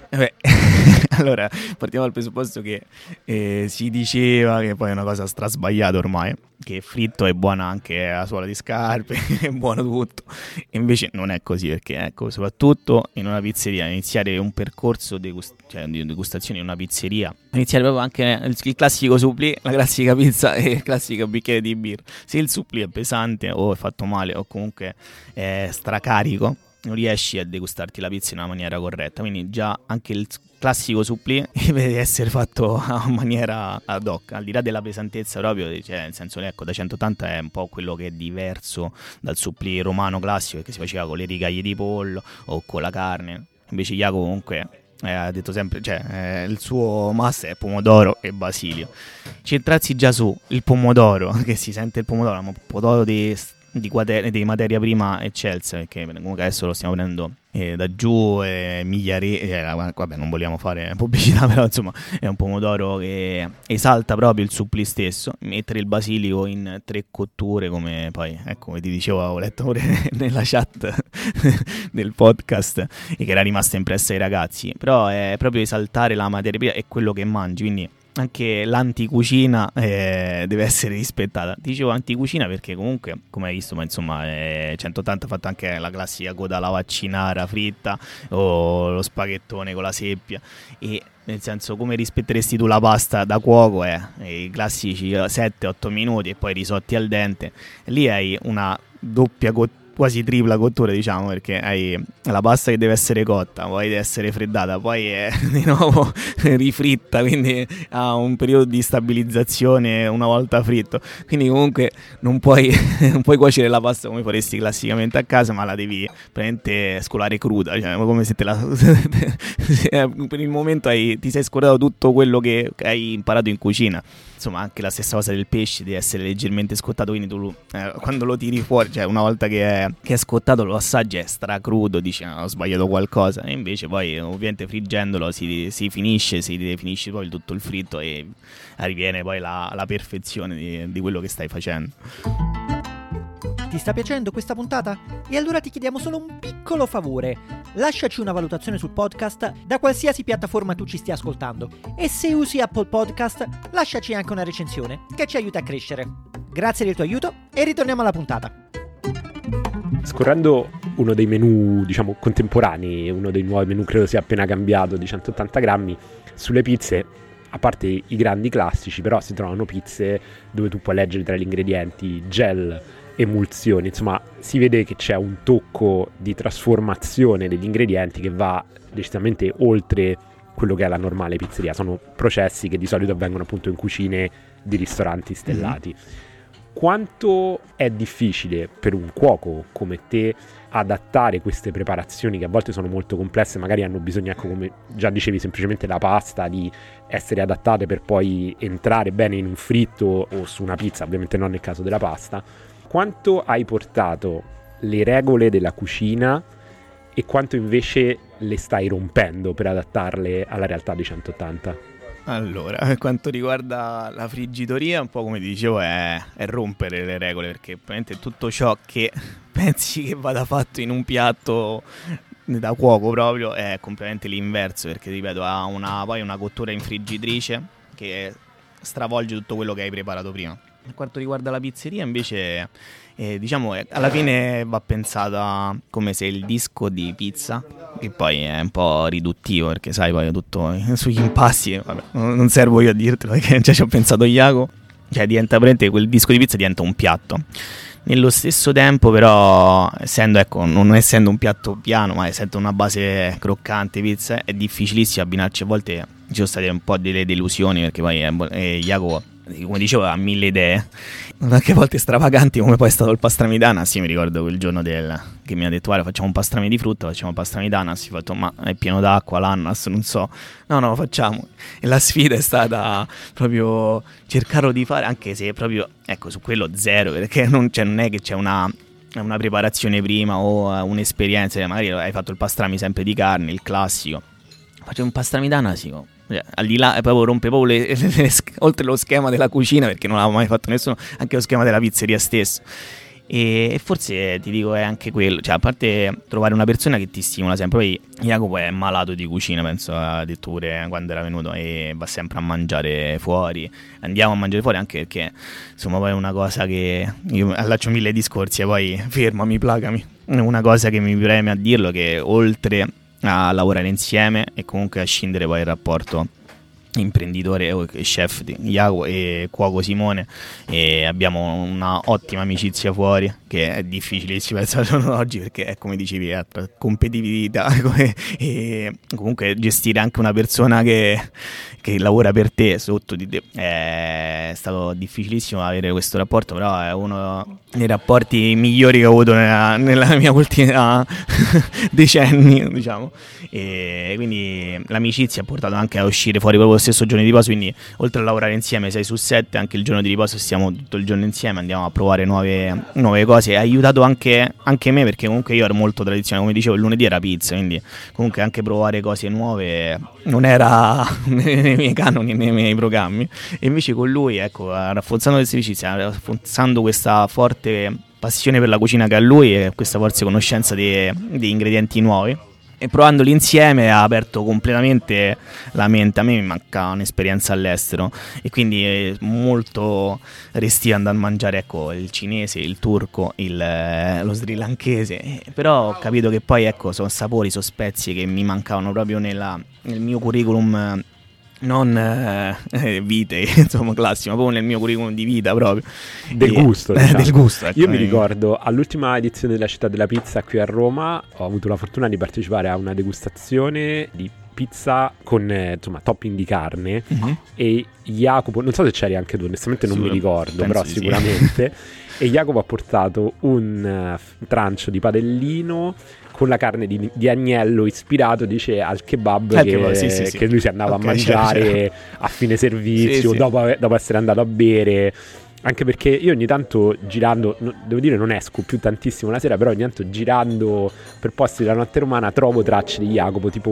Allora, partiamo dal presupposto che si diceva, che poi è una cosa strasbagliata ormai, che fritto è buona anche la suola di scarpe, è buono tutto. E invece non è così, perché ecco, soprattutto in una pizzeria, iniziare un percorso di degustazione in una pizzeria, iniziare proprio anche il classico supplì, la classica pizza e il classico bicchiere di birra. Se il supplì è pesante o è fatto male o comunque è stracarico, non riesci a degustarti la pizza in una maniera corretta. Quindi già anche il classico supplì deve essere fatto a maniera ad hoc, al di là della pesantezza proprio, cioè nel senso, ecco, da 180 è un po' quello che è diverso dal supplì romano classico, che si faceva con le rigaglie di pollo o con la carne. Invece Jacopo comunque ha detto sempre, cioè il suo must è pomodoro e basilio. Centrarsi già su il pomodoro, che si sente il pomodoro, ma pomodoro di materia prima eccelsa, perché comunque adesso lo stiamo prendendo da giù, vabbè, non vogliamo fare pubblicità, però insomma è un pomodoro che esalta proprio il supplì stesso. Mettere il basilico in 3 cotture, come poi, ecco, come ti dicevo, ho letto pure nella chat del podcast, e che era rimasta impressa ai ragazzi, però è proprio esaltare la materia prima e quello che mangi, quindi anche l'anticucina deve essere rispettata. Dicevo anticucina perché comunque, come hai visto, ma insomma 180 ha fatto anche la classica coda alla vaccinara fritta o lo spaghettone con la seppia, e nel senso, come rispetteresti tu la pasta da cuoco i classici 7-8 minuti e poi risotti al dente. Lì hai una doppia quasi tripla cottura, diciamo, perché hai la pasta che deve essere cotta, poi deve essere freddata, poi è di nuovo rifritta, quindi ha un periodo di stabilizzazione una volta fritto. Quindi comunque non puoi cuocere la pasta come faresti classicamente a casa, ma la devi praticamente scolare cruda, cioè come se per il momento ti sei scordato tutto quello che hai imparato in cucina. Insomma, anche la stessa cosa del pesce, deve essere leggermente scottato, quindi tu quando lo tiri fuori, cioè una volta che è scottato, lo assaggi, è stracrudo, dici ho sbagliato qualcosa, e invece poi ovviamente friggendolo si definisce poi tutto il fritto e arriviene poi la perfezione di quello che stai facendo. Ti sta piacendo questa puntata? E allora ti chiediamo solo un piccolo favore. Lasciaci una valutazione sul podcast da qualsiasi piattaforma tu ci stia ascoltando. E se usi Apple Podcast, lasciaci anche una recensione, che ci aiuta a crescere. Grazie del tuo aiuto e ritorniamo alla puntata. Scorrendo uno dei menù, diciamo, contemporanei, uno dei nuovi menù, credo sia appena cambiato, di 180 grammi, sulle pizze, a parte i grandi classici, però si trovano pizze dove tu puoi leggere tra gli ingredienti gel, emulsioni, insomma si vede che c'è un tocco di trasformazione degli ingredienti che va decisamente oltre quello che è la normale pizzeria. Sono processi che di solito avvengono appunto in cucine di ristoranti stellati. Quanto è difficile per un cuoco come te adattare queste preparazioni, che a volte sono molto complesse, magari hanno bisogno, ecco, come già dicevi, semplicemente la pasta, di essere adattate per poi entrare bene in un fritto o su una pizza, ovviamente non nel caso della pasta. Quanto hai portato le regole della cucina e quanto invece le stai rompendo per adattarle alla realtà di 180? Allora, per quanto riguarda la friggitoria, un po' come ti dicevo, è rompere le regole, perché praticamente tutto ciò che pensi che vada fatto in un piatto da cuoco proprio è completamente l'inverso, perché ripeto ha poi una cottura in friggitrice che stravolge tutto quello che hai preparato prima. Per quanto riguarda la pizzeria invece diciamo alla fine va pensata come se il disco di pizza, che poi è un po' riduttivo perché sai poi tutto sugli impasti, vabbè, non servo io a dirtelo perché già ci ho pensato Iago, cioè diventa praticamente quel disco di pizza diventa un piatto. Nello stesso tempo però non essendo un piatto piano ma essendo una base croccante pizza è difficilissimo abbinarci, a volte ci sono state un po' delle delusioni perché poi Iago, come dicevo, ha 1000 idee, anche a volte stravaganti, come poi è stato il pastrami d'ananas. Io mi ricordo quel giorno che mi ha detto guarda facciamo un pastrami di frutta, facciamo un pastrami d'ananas, ho fatto ma è pieno d'acqua l'ananas, non so, no lo facciamo, e la sfida è stata proprio cercarlo di fare, anche se proprio ecco su quello zero, perché non è che c'è una preparazione prima o un'esperienza, magari hai fatto il pastrami sempre di carne, il classico, faccio un pastrami d'ananas, al di là proprio rompe proprio oltre lo schema della cucina, perché non l'aveva mai fatto nessuno, anche lo schema della pizzeria stesso, e forse ti dico è anche quello, cioè a parte trovare una persona che ti stimola sempre. Poi Jacopo è malato di cucina, penso ha detto pure quando era venuto, e va sempre a mangiare fuori, andiamo a mangiare fuori anche perché insomma poi è una cosa che io allaccio 1000 discorsi e poi fermami, placami, una cosa che mi preme a dirlo, che oltre a lavorare insieme e comunque a scindere poi il rapporto imprenditore e chef di Iago e cuoco Simone, e abbiamo una ottima amicizia fuori che è difficilissima al giorno d'oggi perché è come dicevi competitività e comunque gestire anche una persona che lavora per te, sotto di te, è stato difficilissimo avere questo rapporto, però è uno dei rapporti migliori che ho avuto nella mia ultima decenni, diciamo, e quindi l'amicizia ha portato anche a uscire fuori proprio lo stesso giorno di riposo, quindi oltre a lavorare insieme 6 su 7 anche il giorno di riposo stiamo tutto il giorno insieme, andiamo a provare nuove cose. Ha aiutato anche me perché comunque io ero molto tradizionale, come dicevo il lunedì era pizza, quindi comunque anche provare cose nuove non era nei miei canoni, nei miei programmi, e invece con lui ecco, rafforzando questa amicizia, rafforzando questa forte passione per la cucina che ha lui e questa forte conoscenza di ingredienti nuovi, e provandoli insieme ha aperto completamente la mente. A me mi manca un'esperienza all'estero e quindi è molto restio andare a mangiare ecco il cinese, il turco, lo srilankese, però ho capito che poi ecco sono sapori, sono spezie che mi mancavano proprio nel mio curriculum, non vite insomma classico, ma proprio nel mio curriculum di vita proprio del gusto, diciamo. Del gusto, ecco. Io mi ricordo all'ultima edizione della Città della Pizza qui a Roma ho avuto la fortuna di partecipare a una degustazione di pizza con insomma topping di carne, e Jacopo, non so se c'eri anche tu, onestamente non mi ricordo, però sicuramente sì. E Jacopo ha portato un trancio di padellino con la carne di agnello ispirato, dice, al kebab che lui si andava a mangiare a fine servizio, dopo essere andato a bere. Anche perché io ogni tanto girando, devo dire non esco più tantissimo la sera, però ogni tanto girando per posti della notte romana trovo tracce di Jacopo, tipo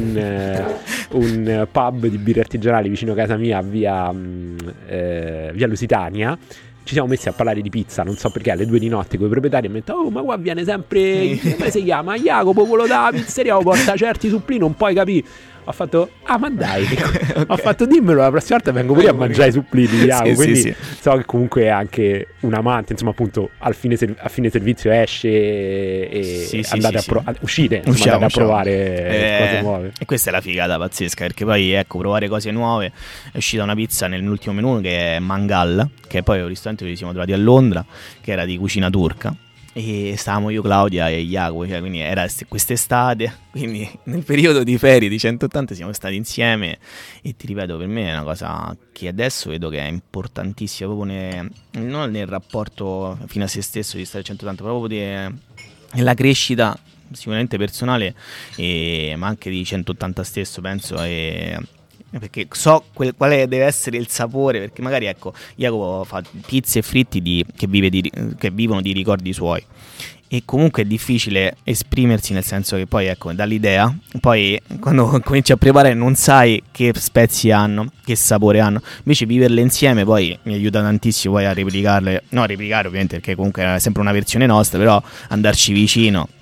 un pub di birre artigianali vicino a casa mia, via Lusitania. Ci siamo messi a parlare di pizza, non so perché, alle 2 di notte con i proprietari, e mi hanno detto: oh, ma qua viene sempre, come si chiama? Jacopo, quello da pizzeria, porta certi supplì, non puoi capire. Ho fatto, ma dai, okay. Ho fatto, dimmelo, la prossima volta vengo pure a mangiare i supplì di Jacopo, quindi so che comunque è anche un amante, insomma, appunto a fine servizio esce e andate a uscite, andate a provare cose nuove. E questa è la figata pazzesca, perché poi ecco, provare cose nuove. È uscita una pizza nell'ultimo menù che è Mangal, che poi è un ristorante che ci siamo trovati a Londra, che era di cucina turca. E stavamo io, Claudia e Jacopo, cioè, quindi era quest'estate, quindi nel periodo di ferie di 180 siamo stati insieme, e ti ripeto, per me è una cosa che adesso vedo che è importantissima proprio non nel rapporto fino a se stesso di stare a 180, proprio nella crescita sicuramente personale, ma anche di 180 stesso, penso, perché so quale deve essere il sapore, perché magari ecco Jacopo fa pizze e fritti che vivono di ricordi suoi, e comunque è difficile esprimersi, nel senso che poi ecco dall'idea, poi quando cominci a preparare non sai che spezie hanno, che sapore hanno, invece viverle insieme poi mi aiuta tantissimo poi a replicare ovviamente, perché comunque è sempre una versione nostra, però andarci vicino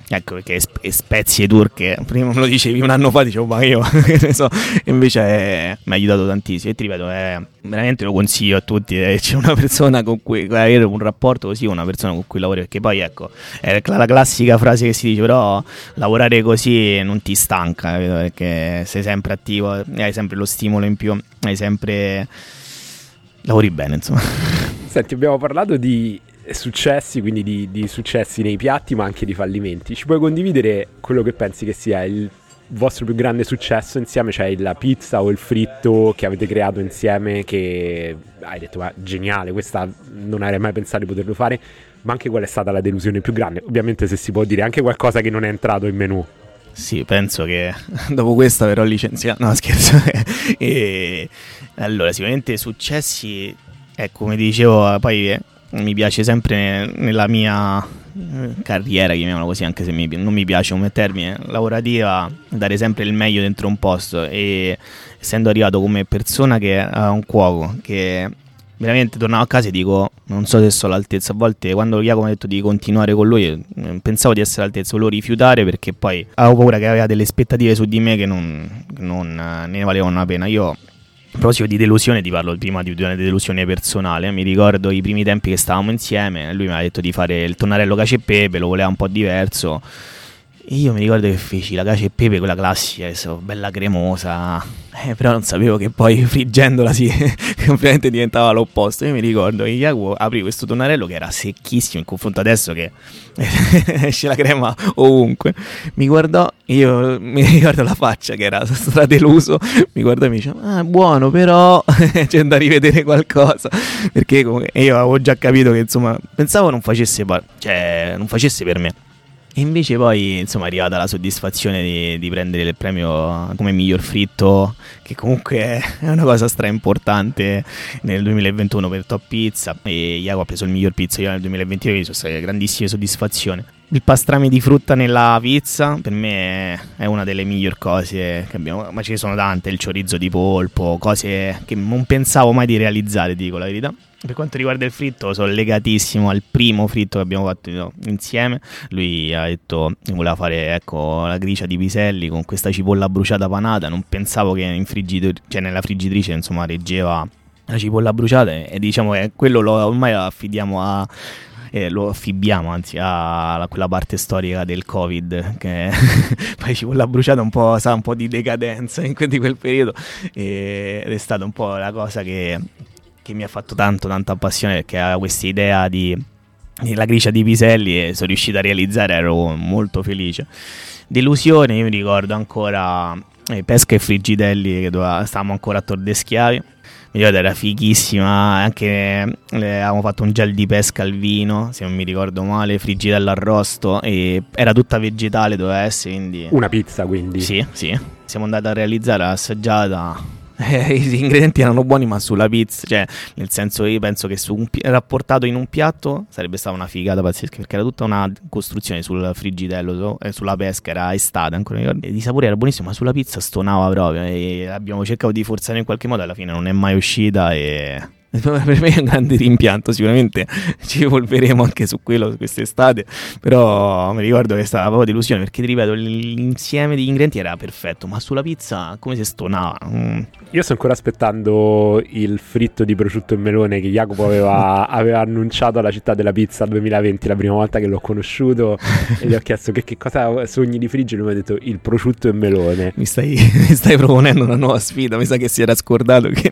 Ecco, perché spezie turche, prima me lo dicevi un anno fa, dicevo ma io che ne so, invece mi ha aiutato tantissimo e ti ripeto, veramente lo consiglio a tutti, c'è una persona con cui avere un rapporto così, una persona con cui lavori, perché poi ecco, è la classica frase che si dice, però lavorare così non ti stanca, perché sei sempre attivo, hai sempre lo stimolo in più, hai sempre... lavori bene, insomma. Senti, abbiamo parlato di successi, quindi di successi nei piatti, ma anche di fallimenti. Ci puoi condividere quello che pensi che sia il vostro più grande successo insieme, cioè la pizza o il fritto che avete creato insieme, che hai detto ma geniale, questa non avrei mai pensato di poterlo fare, ma anche qual è stata la delusione più grande? Ovviamente, se si può dire anche qualcosa che non è entrato in menù. Sì, penso che dopo questa verrò licenziato. No, scherzo. Allora, sicuramente successi, come dicevo, poi mi piace sempre nella mia carriera, chiamiamola così, anche se non mi piace come termine, lavorativa, dare sempre il meglio dentro un posto, e essendo arrivato come persona che ha un cuoco che veramente tornavo a casa e dico non so se sono all'altezza. A volte quando Jacopo mi ha detto di continuare con lui pensavo di essere all'altezza, volevo rifiutare perché poi avevo paura che aveva delle aspettative su di me che non ne valevano la pena. Io a proposito di delusione ti parlo prima di una delusione personale. Mi ricordo i primi tempi che stavamo insieme, lui mi ha detto di fare il tonnarello cacio e pepe, lo voleva un po' diverso. E io mi ricordo che feci la cacio e pepe, quella classica, bella cremosa, però non sapevo che poi friggendola completamente diventava l'opposto. Io mi ricordo che Jacopo aprì questo tonnarello che era secchissimo in confronto adesso che esce la crema ovunque. Mi guardò, io mi ricordo la faccia che era stradeluso, mi guardò e mi dice è buono, però c'è da rivedere qualcosa, perché comunque io avevo già capito che insomma pensavo non facesse per me. E invece poi insomma è arrivata la soddisfazione di prendere il premio come miglior fritto, che comunque è una cosa stra importante nel 2021 per Top Pizza, e Jacopo ha preso il miglior pizza io nel 2022, quindi sono state grandissime soddisfazioni. Il pastrame di frutta nella pizza per me è una delle migliori cose che abbiamo, ma ce ne sono tante, il chorizo di polpo, cose che non pensavo mai di realizzare, dico la verità. Per quanto riguarda il fritto, sono legatissimo al primo fritto che abbiamo fatto insieme. Lui ha detto che voleva fare la gricia di piselli con questa cipolla bruciata panata. Non pensavo che nella friggitrice insomma reggeva la cipolla bruciata, e diciamo che quello ormai lo affibbiamo anzi a quella parte storica del Covid, che poi cipolla bruciata un po' sa un po' di decadenza in quel periodo, ed è stata un po' la cosa che mi ha fatto tanta passione, perché aveva questa idea la gricia di piselli e sono riuscito a realizzare, ero molto felice. Delusione, io mi ricordo ancora pesca e frigidelli, che stavamo ancora a Tor de Schiavi, mi ricordo era fighissima, anche avevamo fatto un gel di pesca al vino, se non mi ricordo male, frigidello arrosto, e era tutta vegetale, doveva essere, quindi... Una pizza, quindi? Sì, siamo andati a realizzare l'assaggiata. I ingredienti erano buoni, ma sulla pizza, cioè nel senso, io penso che rapportato in un piatto sarebbe stata una figata pazzesca, perché era tutta una costruzione sul frigidello e sulla pesca, era estate ancora, e di sapore era buonissimo, ma sulla pizza stonava proprio, e abbiamo cercato di forzare in qualche modo, alla fine non è mai uscita, e per me è un grande rimpianto. Sicuramente ci evolveremo anche su quello quest'estate, però mi ricordo che è stata proprio delusione, perché ti ripeto, l'insieme di ingredienti era perfetto, ma sulla pizza come se stonava. Io sto ancora aspettando il fritto di prosciutto e melone che Jacopo aveva annunciato alla città della pizza 2020, la prima volta che l'ho conosciuto, e gli ho chiesto che cosa sogni di friggere, e lui mi ha detto il prosciutto e melone. Mi stai proponendo una nuova sfida, mi sa che si era scordato che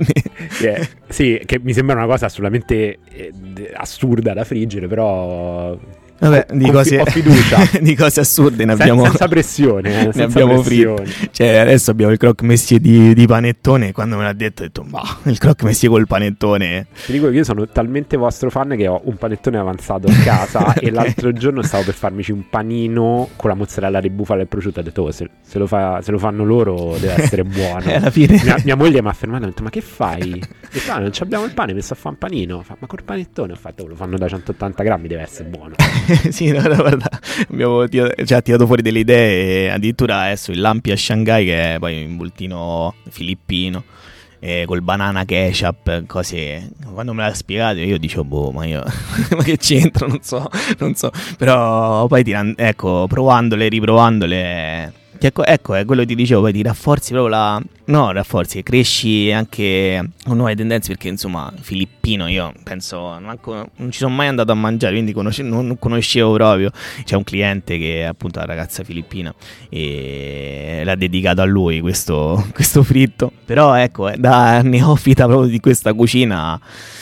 sì, che mi sembra una cosa assolutamente assurda da friggere, però vabbè, ho fiducia. Di cose assurde ne abbiamo senza pressione, ne abbiamo fritte. Cioè adesso abbiamo il croque monsieur di panettone, quando me l'ha detto ho detto ma il croque monsieur col panettone. Ti dico che io sono talmente vostro fan che ho un panettone avanzato a casa e l'altro giorno stavo per farmici un panino con la mozzarella di bufala e il prosciutto, ho detto se lo fanno loro deve essere buono. Alla fine mia moglie mi ha fermato e ha detto ma che fai? E fa, non abbiamo il pane, mi sto a fare un panino. Ma col panettone? Ho fatto, lo fanno da 180 grammi, deve essere buono. Sì, no, guarda, abbiamo tirato fuori delle idee, addirittura adesso il lampi a Shanghai, che è poi un voltino filippino, col banana ketchup, cose. Quando me l'ha spiegato io dicevo ma io ma che c'entro, non so, però poi provandole, riprovandole, ecco, è quello che ti dicevo, poi ti rafforzi proprio rafforzi, cresci anche con nuove tendenze, perché insomma filippino io penso non ci sono mai andato a mangiare, quindi non conoscevo proprio. C'è un cliente che è appunto una ragazza filippina e l'ha dedicato a lui questo fritto, però ecco, da neofita proprio di questa cucina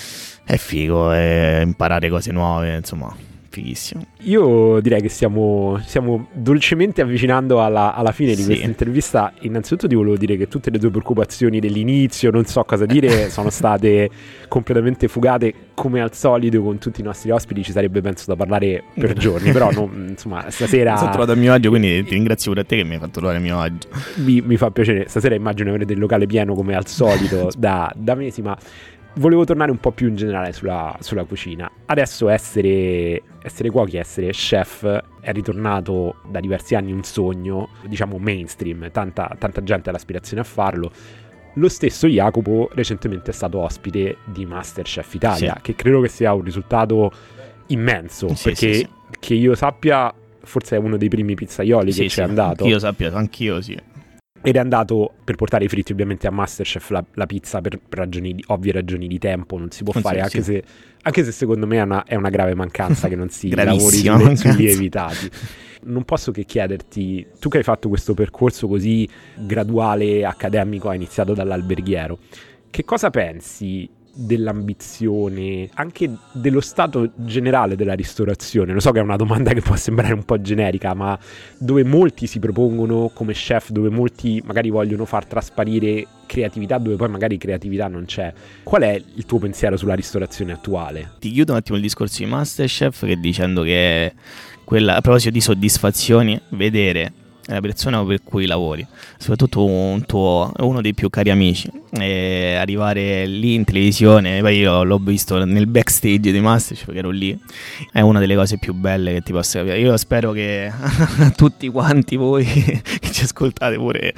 è figo, imparare cose nuove, insomma fighissimo. Io direi che stiamo dolcemente avvicinando alla fine di questa intervista. Innanzitutto ti volevo dire che tutte le tue preoccupazioni dell'inizio, non so cosa dire, sono state completamente fugate. Come al solito con tutti i nostri ospiti ci sarebbe penso da parlare per giorni, però insomma stasera mi sono trovato a mio agio, quindi ti ringrazio pure a te che mi hai fatto trovare a mio agio. Mi fa piacere. Stasera immagino avrete il locale pieno come al solito da mesi, ma volevo tornare un po' più in generale sulla cucina. Adesso essere cuochi, essere chef è ritornato da diversi anni un sogno, diciamo mainstream, tanta gente ha l'aspirazione a farlo. Lo stesso Jacopo recentemente è stato ospite di MasterChef Italia, che credo che sia un risultato immenso, perché che io sappia forse è uno dei primi pizzaioli che ci è andato. Che io sappia, anch'io sì. Ed è andato per portare i fritti, ovviamente a MasterChef la pizza per ovvie ragioni di tempo non si può fare, anche se secondo me è una grave mancanza che non si lavori sui lievitati. Non posso che chiederti, tu che hai fatto questo percorso così graduale, accademico, hai iniziato dall'alberghiero, che cosa pensi dell'ambizione, anche dello stato generale della ristorazione? Lo so che è una domanda che può sembrare un po' generica, ma dove molti si propongono come chef, dove molti magari vogliono far trasparire creatività, dove poi magari creatività non c'è. Qual è il tuo pensiero sulla ristorazione attuale? Ti chiudo un attimo il discorso di MasterChef, che dicendo che a proposito di soddisfazioni, vedere la persona per cui lavori, soprattutto uno dei più cari amici, e arrivare lì in televisione, poi io l'ho visto nel backstage di MasterChef, che ero lì, è una delle cose più belle che ti possa capire. Io spero che tutti quanti voi che ci ascoltate pure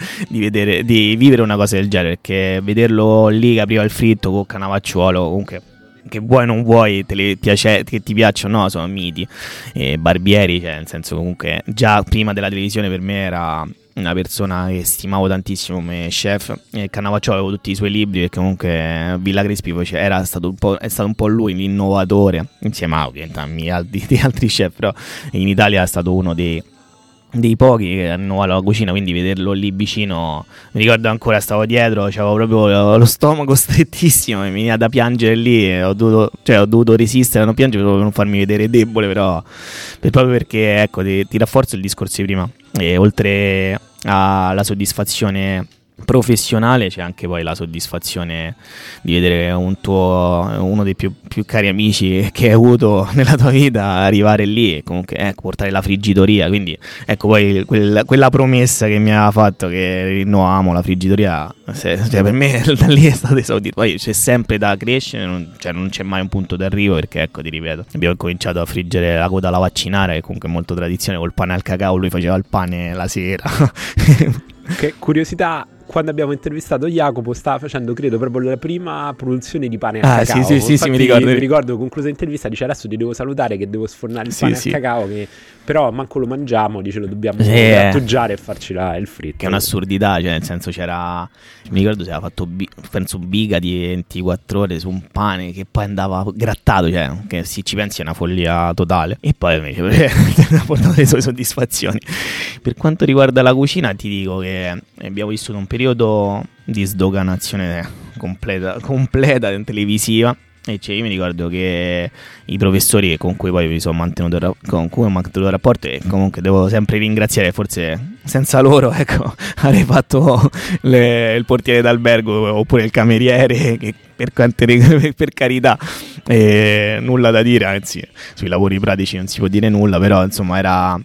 di vivere una cosa del genere, perché vederlo lì che apriva il fritto con Cannavacciuolo, comunque che vuoi non vuoi, che ti piacciono, no, sono miti. Barbieri, cioè nel senso, comunque già prima della televisione per me era una persona che stimavo tantissimo come chef. Cannavacciuolo, avevo tutti i suoi libri, perché comunque Villa Crespi è stato un po' lui l'innovatore, insieme a di altri chef, però in Italia è stato uno dei pochi che hanno innovato la cucina, quindi vederlo lì vicino, mi ricordo ancora, stavo dietro, avevo proprio lo stomaco strettissimo e mi veniva da piangere lì, ho dovuto resistere a non piangere per non farmi vedere debole, però proprio perché ecco ti rafforzo il discorso di prima, e oltre alla soddisfazione professionale c'è anche poi la soddisfazione di vedere uno dei più cari amici che hai avuto nella tua vita arrivare lì e comunque portare la friggitoria, quindi ecco poi quella promessa che mi aveva fatto, che rinnovavamo la friggitoria, cioè per me da lì è stato esaudito. Poi c'è sempre da crescere, non c'è mai un punto d'arrivo, perché ecco, ti ripeto, abbiamo cominciato a friggere la coda alla vaccinara, che comunque è molto tradizione, col pane al cacao, lui faceva il pane la sera. Che curiosità, quando abbiamo intervistato Jacopo stava facendo, credo, proprio la prima produzione di pane al cacao. Sì, mi ricordo, conclusa l'intervista, dice adesso ti devo salutare che devo sfornare il pane al cacao, che però manco lo mangiamo, dice lo dobbiamo grattugiare e farci il fritto. Che è un'assurdità, cioè nel senso mi ricordo si era fatto penso biga di 24 ore su un pane che poi andava grattato, cioè che se ci pensi è una follia totale, e poi invece ha portato le sue soddisfazioni. Per quanto riguarda la cucina ti dico che abbiamo vissuto un periodo di sdoganazione completa televisiva, e io mi ricordo che i professori con cui poi mi sono mantenuto il rapporto, e comunque devo sempre ringraziare, forse senza loro ecco avrei fatto il portiere d'albergo oppure il cameriere, che per carità nulla da dire, anzi sui lavori pratici non si può dire nulla, però insomma era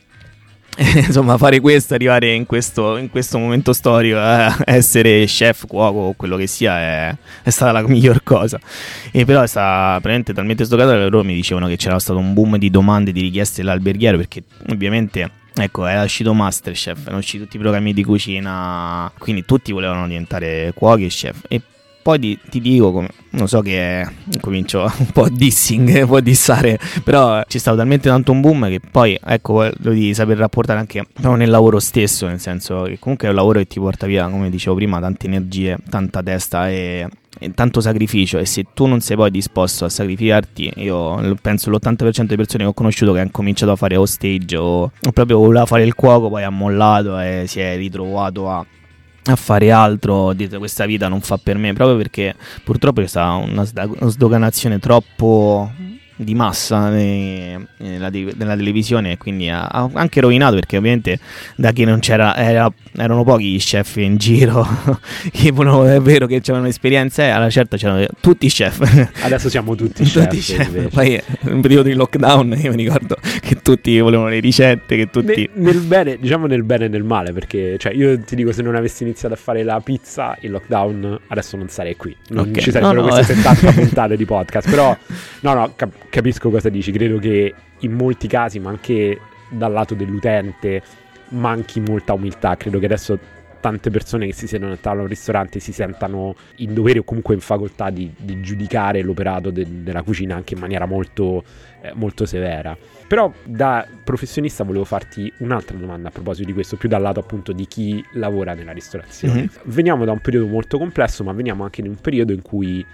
fare questo, arrivare in questo momento storico, essere chef, cuoco o quello che sia, è stata la miglior cosa. E però è stata veramente talmente stoccata che loro mi dicevano che c'era stato un boom di domande, di richieste dell'alberghiero, perché ovviamente ecco è uscito MasterChef, erano usciti tutti i programmi di cucina, quindi tutti volevano diventare cuochi e chef, e poi ti dico, non so che comincio un po' dissing, può dissare, però c'è stato talmente tanto un boom che poi, ecco, lo devi saper rapportare anche nel lavoro stesso, nel senso che comunque è un lavoro che ti porta via, come dicevo prima, tante energie, tanta testa e tanto sacrificio, e se tu non sei poi disposto a sacrificarti, io penso l'80% delle persone che ho conosciuto che hanno cominciato a fare stage o proprio voleva fare il cuoco, poi ha mollato e si è ritrovato a fare altro, dite questa vita non fa per me, proprio perché purtroppo c'è stata una sdoganazione troppo di massa nella televisione, e quindi ha anche rovinato, perché ovviamente da chi non c'era erano pochi gli chef in giro che è vero che c'erano esperienze, alla certa c'erano tutti i chef, adesso siamo tutti chef. Poi in un periodo di lockdown io mi ricordo che tutti volevano le ricette, che tutti nel bene, diciamo nel bene e nel male, perché cioè io ti dico, se non avessi iniziato a fare la pizza in lockdown adesso non sarei qui, non ci sarebbero queste 70 puntate di podcast, però capisco cosa dici. Credo che in molti casi, ma anche dal lato dell'utente, manchi molta umiltà. Credo che adesso tante persone che si siedono a tavola a un ristorante si sentano in dovere o comunque in facoltà di giudicare l'operato della cucina anche in maniera molto severa. Però da professionista volevo farti un'altra domanda a proposito di questo, più dal lato appunto di chi lavora nella ristorazione. Mm-hmm. Veniamo da un periodo molto complesso, ma veniamo anche in un periodo in cui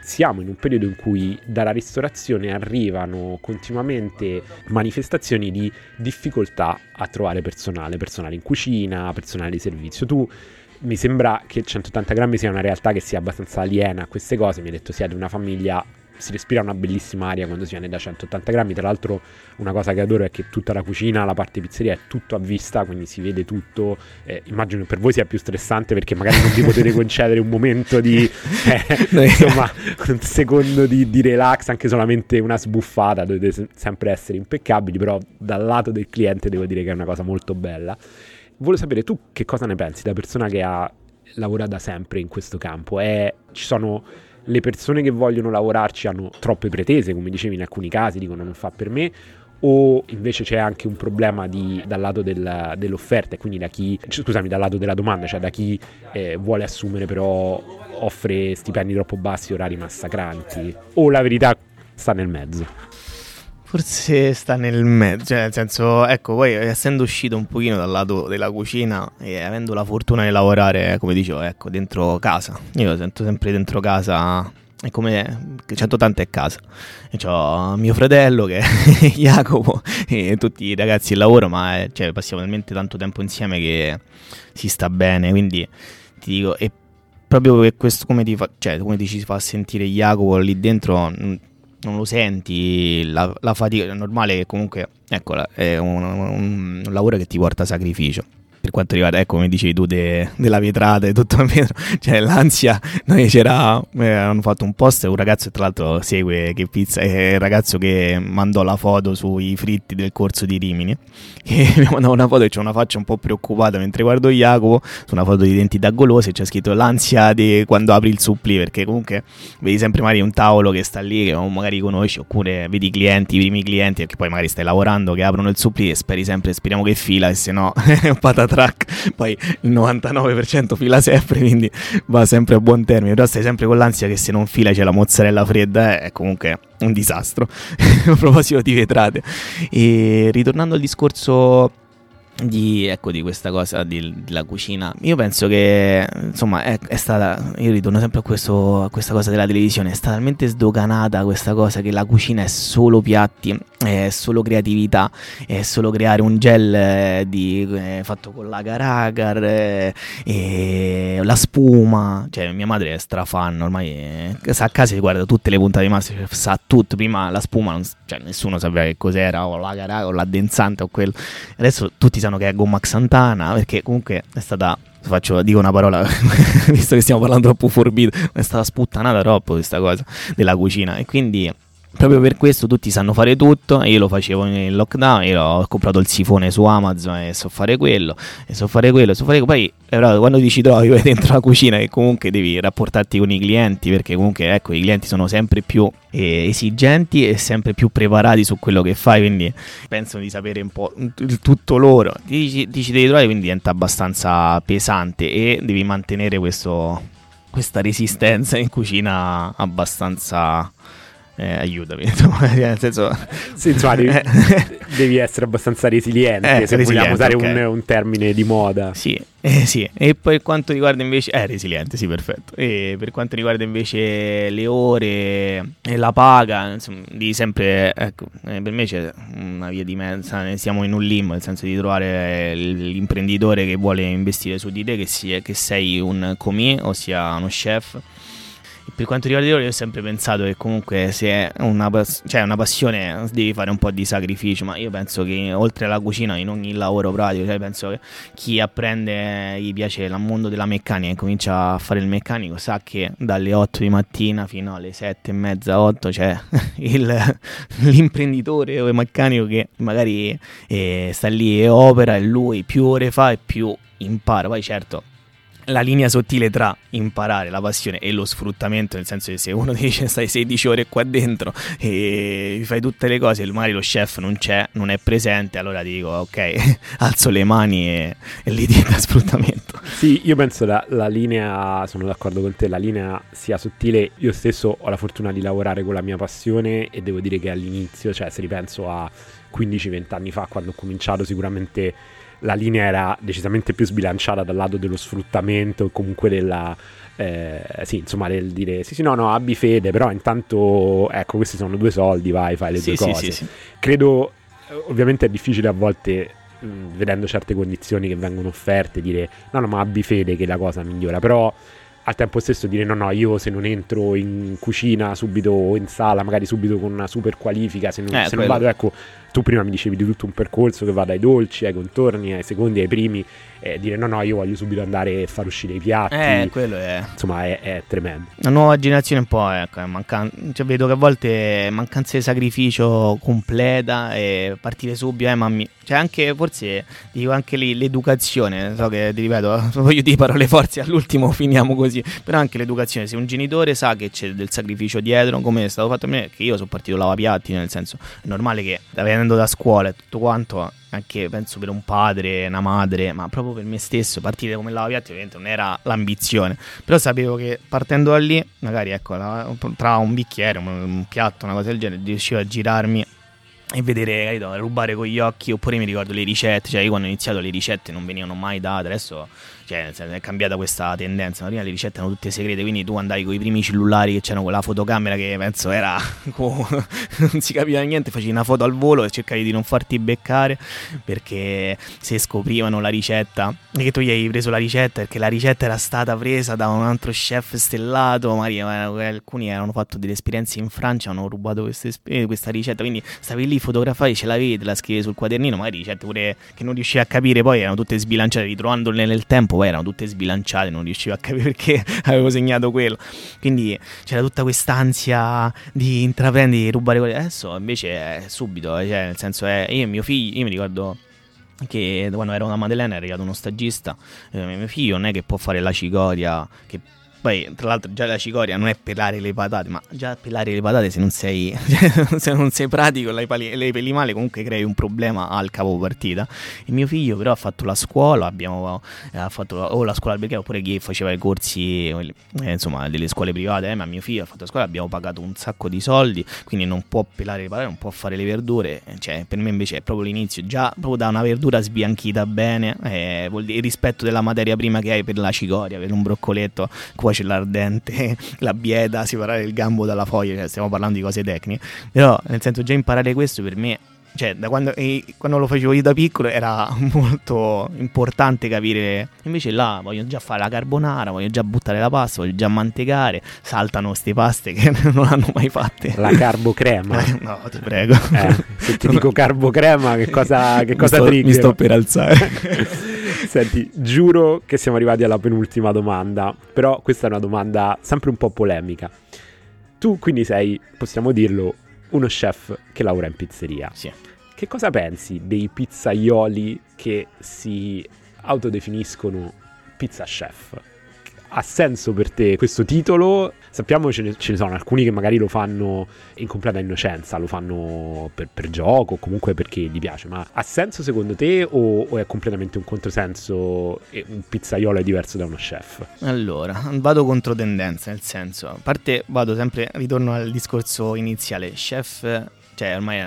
dalla ristorazione arrivano continuamente manifestazioni di difficoltà a trovare personale in cucina, personale di servizio. Tu mi sembra che 180 grammi sia una realtà che sia abbastanza aliena a queste cose. Mi hai detto siete una famiglia, si respira una bellissima aria quando si viene da 180 grammi. Tra l'altro una cosa che adoro è che tutta la cucina, la parte pizzeria è tutto a vista, quindi si vede tutto. Immagino che per voi sia più stressante perché magari non vi potete concedere un momento di insomma un secondo di relax, anche solamente una sbuffata, dovete sempre essere impeccabili, però dal lato del cliente devo dire che è una cosa molto bella. Volevo sapere tu che cosa ne pensi da persona che lavora da sempre in questo campo. Ci sono le persone che vogliono lavorarci, hanno troppe pretese, come dicevi in alcuni casi, dicono non fa per me, o invece c'è anche un problema dal lato dell'offerta, e quindi dal lato della domanda, cioè da chi vuole assumere però offre stipendi troppo bassi, orari massacranti, o la verità sta nel mezzo? Forse sta nel mezzo, cioè nel senso, ecco, poi essendo uscito un pochino dal lato della cucina e avendo la fortuna di lavorare, come dicevo, ecco, dentro casa, io sento sempre dentro casa, è come 180 è casa, e c'ho mio fratello che è Jacopo e tutti i ragazzi del lavoro, ma cioè, passiamo talmente tanto tempo insieme che si sta bene, quindi ti dico, e proprio per questo come ti ci fa sentire Jacopo lì dentro, non lo senti la fatica. È normale che comunque, ecco, è un lavoro che ti porta sacrificio. Per quanto riguarda, ecco, come dicevi tu, della vetrata e tutto il vetro, cioè l'ansia. Noi hanno fatto un post, un ragazzo che tra l'altro segue Che Pizza, è il ragazzo che mandò la foto sui fritti del corso di Rimini, che mi mandava una foto e c'è una faccia un po' preoccupata mentre guardo Jacopo su una foto di identità golose, c'è scritto l'ansia di quando apri il supplì, perché comunque vedi sempre magari un tavolo che sta lì che magari conosci, oppure vedi i primi clienti, perché poi magari stai lavorando, che aprono il supplì e speriamo che fila, e se no patatrack. Poi il 99% fila sempre, quindi va sempre a buon termine, però stai sempre con l'ansia che se non fila c'è la mozzarella fredda, è comunque un disastro. A proposito di vetrate, e ritornando al discorso di questa cosa della cucina, io penso che insomma è stata, io ritorno sempre a questa cosa della televisione, è stata talmente sdoganata questa cosa che la cucina è solo piatti, è solo creatività, è solo creare un gel fatto con l'agar-agar, e la spuma. Cioè mia madre è strafan, ormai sta a casa e guarda tutte le puntate di Masterchef, sa tutto. Prima la spuma nessuno sapeva che cos'era, o l'agar-agar o l'addensante o quello, adesso tutti sanno che è gomma xantana, perché comunque è stata, dico una parola visto che stiamo parlando troppo forbito, è stata sputtanata troppo questa cosa della cucina, e quindi proprio per questo tutti sanno fare tutto. Io lo facevo nel lockdown, io ho comprato il sifone su Amazon e so fare quello, poi quando ti ci trovi dentro la cucina, che comunque devi rapportarti con i clienti, perché comunque ecco, i clienti sono sempre più esigenti e sempre più preparati su quello che fai, quindi pensano di sapere un po' il tutto loro, ti ci devi trovare, quindi diventa abbastanza pesante e devi mantenere questo questa resistenza in cucina abbastanza... aiutami, nel senso... Sì, insomma, devi essere abbastanza resiliente, se vogliamo usare un termine di moda. Sì, sì. E poi per quanto riguarda invece... resiliente, sì, perfetto. E per quanto riguarda invece le ore e la paga, insomma, di sempre... Ecco, per me c'è una via di mezzo, siamo in un limbo, nel senso di trovare l'imprenditore che vuole investire su di te, che sei un commis, ossia uno chef. Per quanto riguarda loro, io ho sempre pensato che comunque se è una passione devi fare un po' di sacrificio, ma io penso che oltre alla cucina in ogni lavoro pratico, cioè penso che chi apprende, gli piace il mondo della meccanica e comincia a fare il meccanico sa che dalle 8 di mattina fino alle 7 e mezza, 8 c'è l'imprenditore o il meccanico che magari sta lì e opera, e lui più ore fa e più impara. Poi certo, la linea sottile tra imparare la passione e lo sfruttamento, nel senso che se uno dice stai 16 ore qua dentro e fai tutte le cose, magari lo chef non è presente, allora ti dico ok, alzo le mani e lì diventa sfruttamento. Sì, io penso la linea, sono d'accordo con te, la linea sia sottile. Io stesso ho la fortuna di lavorare con la mia passione e devo dire che all'inizio, cioè se ripenso a 15-20 anni fa quando ho cominciato, sicuramente la linea era decisamente più sbilanciata dal lato dello sfruttamento e comunque della sì, insomma, del dire sì no abbi fede, però intanto ecco, questi sono 2 soldi, vai, fai le tue cose. Sì. Credo, ovviamente è difficile a volte vedendo certe condizioni che vengono offerte dire no ma abbi fede che la cosa migliora, però al tempo stesso dire no, io se non entro in cucina subito o in sala magari subito con una super qualifica, se non vado, ecco, tu prima mi dicevi di tutto un percorso che va dai dolci ai contorni ai secondi ai primi, dire no io voglio subito andare a far uscire i piatti, quello è, insomma, è tremendo. La nuova generazione un po' cioè, vedo che a volte mancanza di sacrificio completa e partire subito, cioè anche forse dico anche lì l'educazione, so che ti ripeto, voglio dire parole forti all'ultimo finiamo così, però anche l'educazione, se un genitore sa che c'è del sacrificio dietro, come è stato fatto a me, che io sono partito lavapiatti, nel senso è normale che venendo da scuola e tutto quanto, anche penso per un padre, una madre, ma proprio per me stesso, partire come lavapiatti ovviamente non era l'ambizione, però sapevo che partendo da lì, magari ecco, tra un bicchiere, un piatto, una cosa del genere, riuscivo a girarmi e vedere, capito, rubare con gli occhi. Oppure mi ricordo le ricette, cioè io quando ho iniziato le ricette non venivano mai date, adesso cioè è cambiata questa tendenza, ma prima le ricette erano tutte segrete, quindi tu andavi con i primi cellulari che c'erano con la fotocamera che penso era non si capiva niente, facevi una foto al volo e cercavi di non farti beccare, perché se scoprivano la ricetta e che tu gli avevi preso la ricetta perché la ricetta era stata presa da un altro chef stellato, magari alcuni avevano fatto delle esperienze in Francia, hanno rubato questa ricetta, quindi stavi lì, fotografavi, ce l'avevi, te la scrivevi sul quadernino, magari ricette pure che non riuscivi a capire, poi erano tutte sbilanciate, ritrovandole nel tempo poi erano tutte sbilanciate, non riuscivo a capire perché avevo segnato quello, quindi c'era tutta quest'ansia di intraprendere, di rubare quello. Adesso invece è subito, cioè nel senso io e mio figlio, io mi ricordo che quando ero una Maddalena è arrivato uno stagista, mio figlio non è che può fare la cicoria, che poi tra l'altro già la cicoria non è pelare le patate, ma già pelare le patate se non sei se non sei pratico, le peli male, comunque crei un problema al capo partita. Il mio figlio però ha fatto la scuola, ha fatto o la scuola alberghiera oppure chi faceva i corsi insomma delle scuole private, ma mio figlio ha fatto la scuola, abbiamo pagato un sacco di soldi, quindi non può pelare le patate, non può fare le verdure, cioè per me invece è proprio l'inizio, già proprio da una verdura sbianchita bene, vuol dire il rispetto della materia prima che hai per la cicoria, per un broccoletto, cuoce l'ardente, la bieta, separare il gambo dalla foglia, cioè stiamo parlando di cose tecniche, però nel senso già imparare questo per me, cioè da quando lo facevo io da piccolo era molto importante capire, invece là voglio già fare la carbonara, voglio già buttare la pasta, voglio già mantecare, saltano ste paste che non hanno mai fatte. La carbocrema. No, ti prego. Se ti dico carbocrema che cosa mi sto per alzare. Senti, giuro che siamo arrivati alla penultima domanda, però questa è una domanda sempre un po' polemica. Tu quindi sei, possiamo dirlo, uno chef che lavora in pizzeria. Sì. Che cosa pensi dei pizzaioli che si autodefiniscono pizza chef? Ha senso per te questo titolo? Sappiamo ce ne sono alcuni che magari lo fanno in completa innocenza, lo fanno per gioco o comunque perché gli piace, ma ha senso secondo te o è completamente un controsenso e un pizzaiolo è diverso da uno chef? Allora, vado contro tendenza, nel senso, a parte ritorno al discorso iniziale, chef... Cioè ormai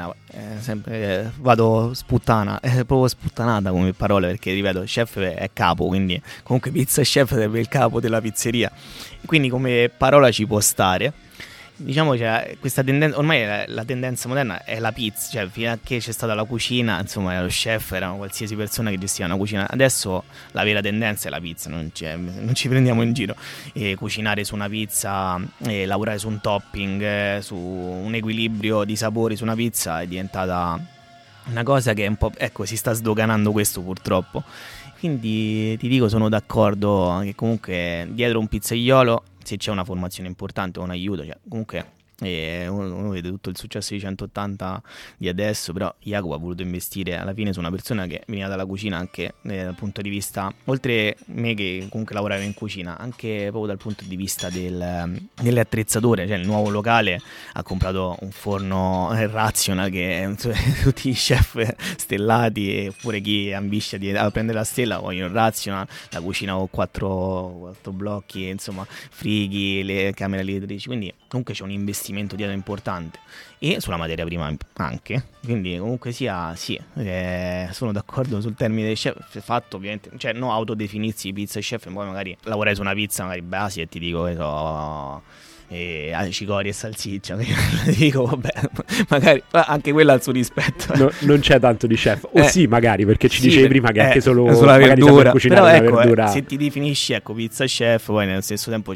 vado sputtana, è proprio sputtanata come parole, perché ripeto, chef è capo, quindi comunque pizza chef sarebbe il capo della pizzeria, quindi come parola ci può stare. Diciamo che questa tendenza, ormai la tendenza moderna è la pizza, cioè fino a che c'è stata la cucina, insomma lo chef era qualsiasi persona che gestiva una cucina. Adesso la vera tendenza è la pizza, non ci prendiamo in giro. Cucinare su una pizza, lavorare su un topping, su un equilibrio di sapori su una pizza è diventata una cosa che è un po', ecco, si sta sdoganando questo purtroppo. Quindi ti dico, sono d'accordo che comunque dietro un pizzaiolo, se c'è una formazione importante o un aiuto, cioè comunque uno vede tutto il successo di 180 di adesso, però Jacopo ha voluto investire alla fine su una persona che veniva dalla cucina anche dal punto di vista, oltre me che comunque lavoravo in cucina, anche proprio dal punto di vista delle attrezzature, cioè il nuovo locale ha comprato un forno Rational che tutti i chef stellati oppure chi ambisce a prendere la stella vogliono il Rational, la cucina con 4 blocchi, insomma frighi, le camere elettrici, quindi comunque c'è un investimento dietro importante e sulla materia prima anche, quindi comunque sia sì, sono d'accordo sul termine chef fatto, ovviamente, cioè no autodefinirsi pizza chef e poi magari lavorare su una pizza magari basi e ti dico che so cicorie e salsiccia, dico vabbè, magari magari quella ha il suo rispetto. No, non c'è tanto di chef, o sì magari, perché ci dicevi prima che anche solo sulla verdura, però ecco, verdura. Se ti definisci pizza chef, poi nello stesso tempo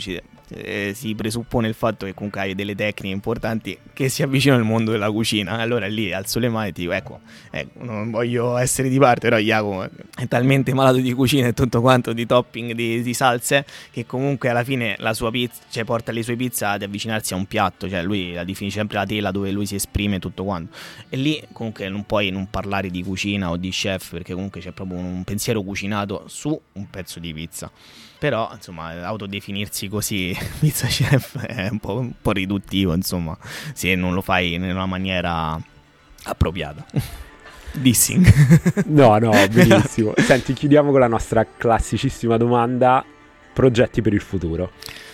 si presuppone il fatto che comunque hai delle tecniche importanti che si avvicinano al mondo della cucina, allora lì alzo le mani e ti dico ecco, non voglio essere di parte, però Jacopo è talmente malato di cucina e tutto quanto, di topping, di salse, che comunque alla fine la sua pizza, cioè porta le sue pizze ad avvicinarsi a un piatto, cioè lui la definisce sempre la tela dove lui si esprime tutto quanto, e lì comunque non puoi non parlare di cucina o di chef, perché comunque c'è proprio un pensiero cucinato su un pezzo di pizza. Però insomma autodefinirsi così pizza chef è un po' riduttivo, insomma, se non lo fai in una maniera appropriata. Dissing. No, benissimo. Senti, chiudiamo con la nostra classicissima domanda: progetti per il futuro?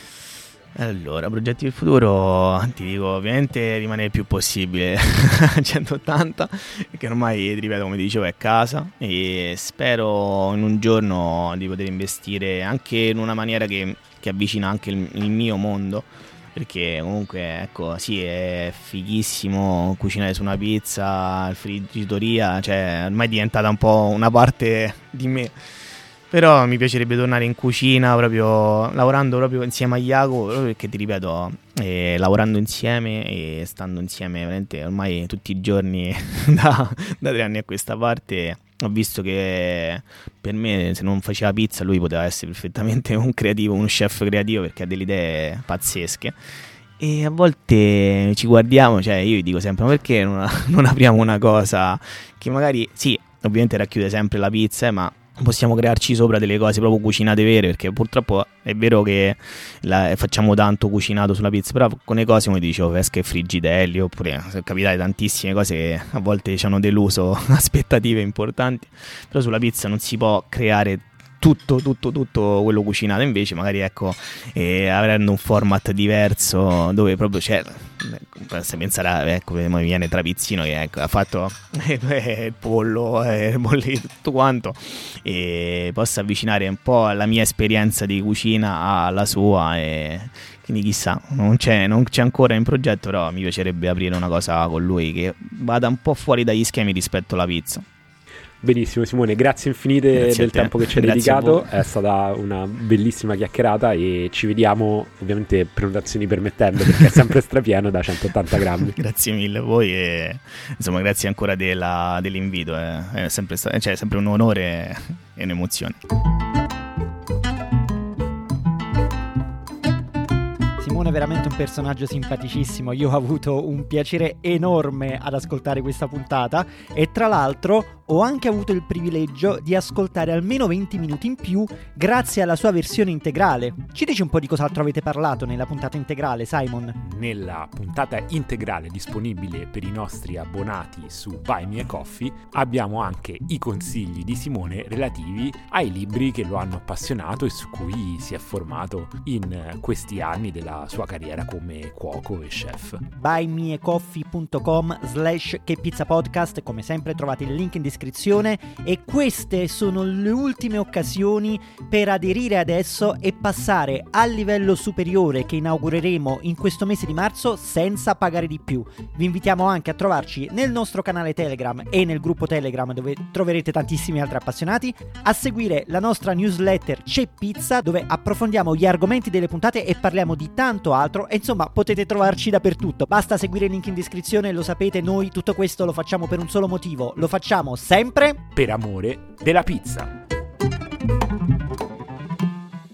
Allora, progetti del futuro, ti dico, ovviamente rimanere il più possibile a 180, che ormai, ti ripeto, come dicevo, è casa, e spero in un giorno di poter investire anche in una maniera che avvicina anche il mio mondo, perché comunque, ecco, sì, è fighissimo cucinare su una pizza, la friggitoria, cioè ormai è diventata un po' una parte di me. Però mi piacerebbe tornare in cucina, proprio lavorando proprio insieme a Jacopo, proprio perché ti ripeto, lavorando insieme e stando insieme veramente ormai tutti i giorni da 3 anni a questa parte, ho visto che per me, se non faceva pizza, lui poteva essere perfettamente un creativo, uno chef creativo, perché ha delle idee pazzesche. E a volte ci guardiamo, cioè io dico sempre, ma perché non apriamo una cosa che magari, sì, ovviamente racchiude sempre la pizza, ma possiamo crearci sopra delle cose proprio cucinate vere, perché purtroppo è vero che facciamo tanto cucinato sulla pizza, però con le cose, come dicevo, pesca e frigidelli, oppure sono capitate tantissime cose che a volte ci hanno deluso aspettative importanti, però sulla pizza non si può creare tutto quello cucinato, invece magari ecco, avendo un format diverso dove proprio c'è, basta pensare ecco, mi viene Trapizzino che ecco, ha fatto il pollo, bollito, tutto quanto, e possa avvicinare un po' la mia esperienza di cucina alla sua, e quindi chissà, non c'è ancora in progetto, però mi piacerebbe aprire una cosa con lui che vada un po' fuori dagli schemi rispetto alla pizza. Benissimo Simone, grazie infinite grazie del tempo che ci hai dedicato, è stata una bellissima chiacchierata e ci vediamo, ovviamente prenotazioni permettendo, perché è sempre strapieno da 180 grammi. Grazie mille a voi e insomma grazie ancora dell'invito, è sempre un onore e un'emozione. Simone è veramente un personaggio simpaticissimo, io ho avuto un piacere enorme ad ascoltare questa puntata, e tra l'altro ho anche avuto il privilegio di ascoltare almeno 20 minuti in più grazie alla sua versione integrale. Ci dici un po' di cos'altro avete parlato nella puntata integrale, Simon? Nella puntata integrale disponibile per i nostri abbonati su Buy Me a Coffee abbiamo anche i consigli di Simone relativi ai libri che lo hanno appassionato e su cui si è formato in questi anni della sua carriera come cuoco e chef. buymeacoffee.com/chepizzapodcast, come sempre trovate il link in descrizione, e queste sono le ultime occasioni per aderire adesso e passare al livello superiore che inaugureremo in questo mese di marzo senza pagare di più. Vi invitiamo anche a trovarci nel nostro canale Telegram e nel gruppo Telegram, dove troverete tantissimi altri appassionati, a seguire la nostra newsletter C'è Pizza, dove approfondiamo gli argomenti delle puntate e parliamo di tanto altro, e insomma potete trovarci dappertutto. Basta seguire il link in descrizione, lo sapete, noi tutto questo lo facciamo per un solo motivo, lo facciamo sempre per amore della pizza.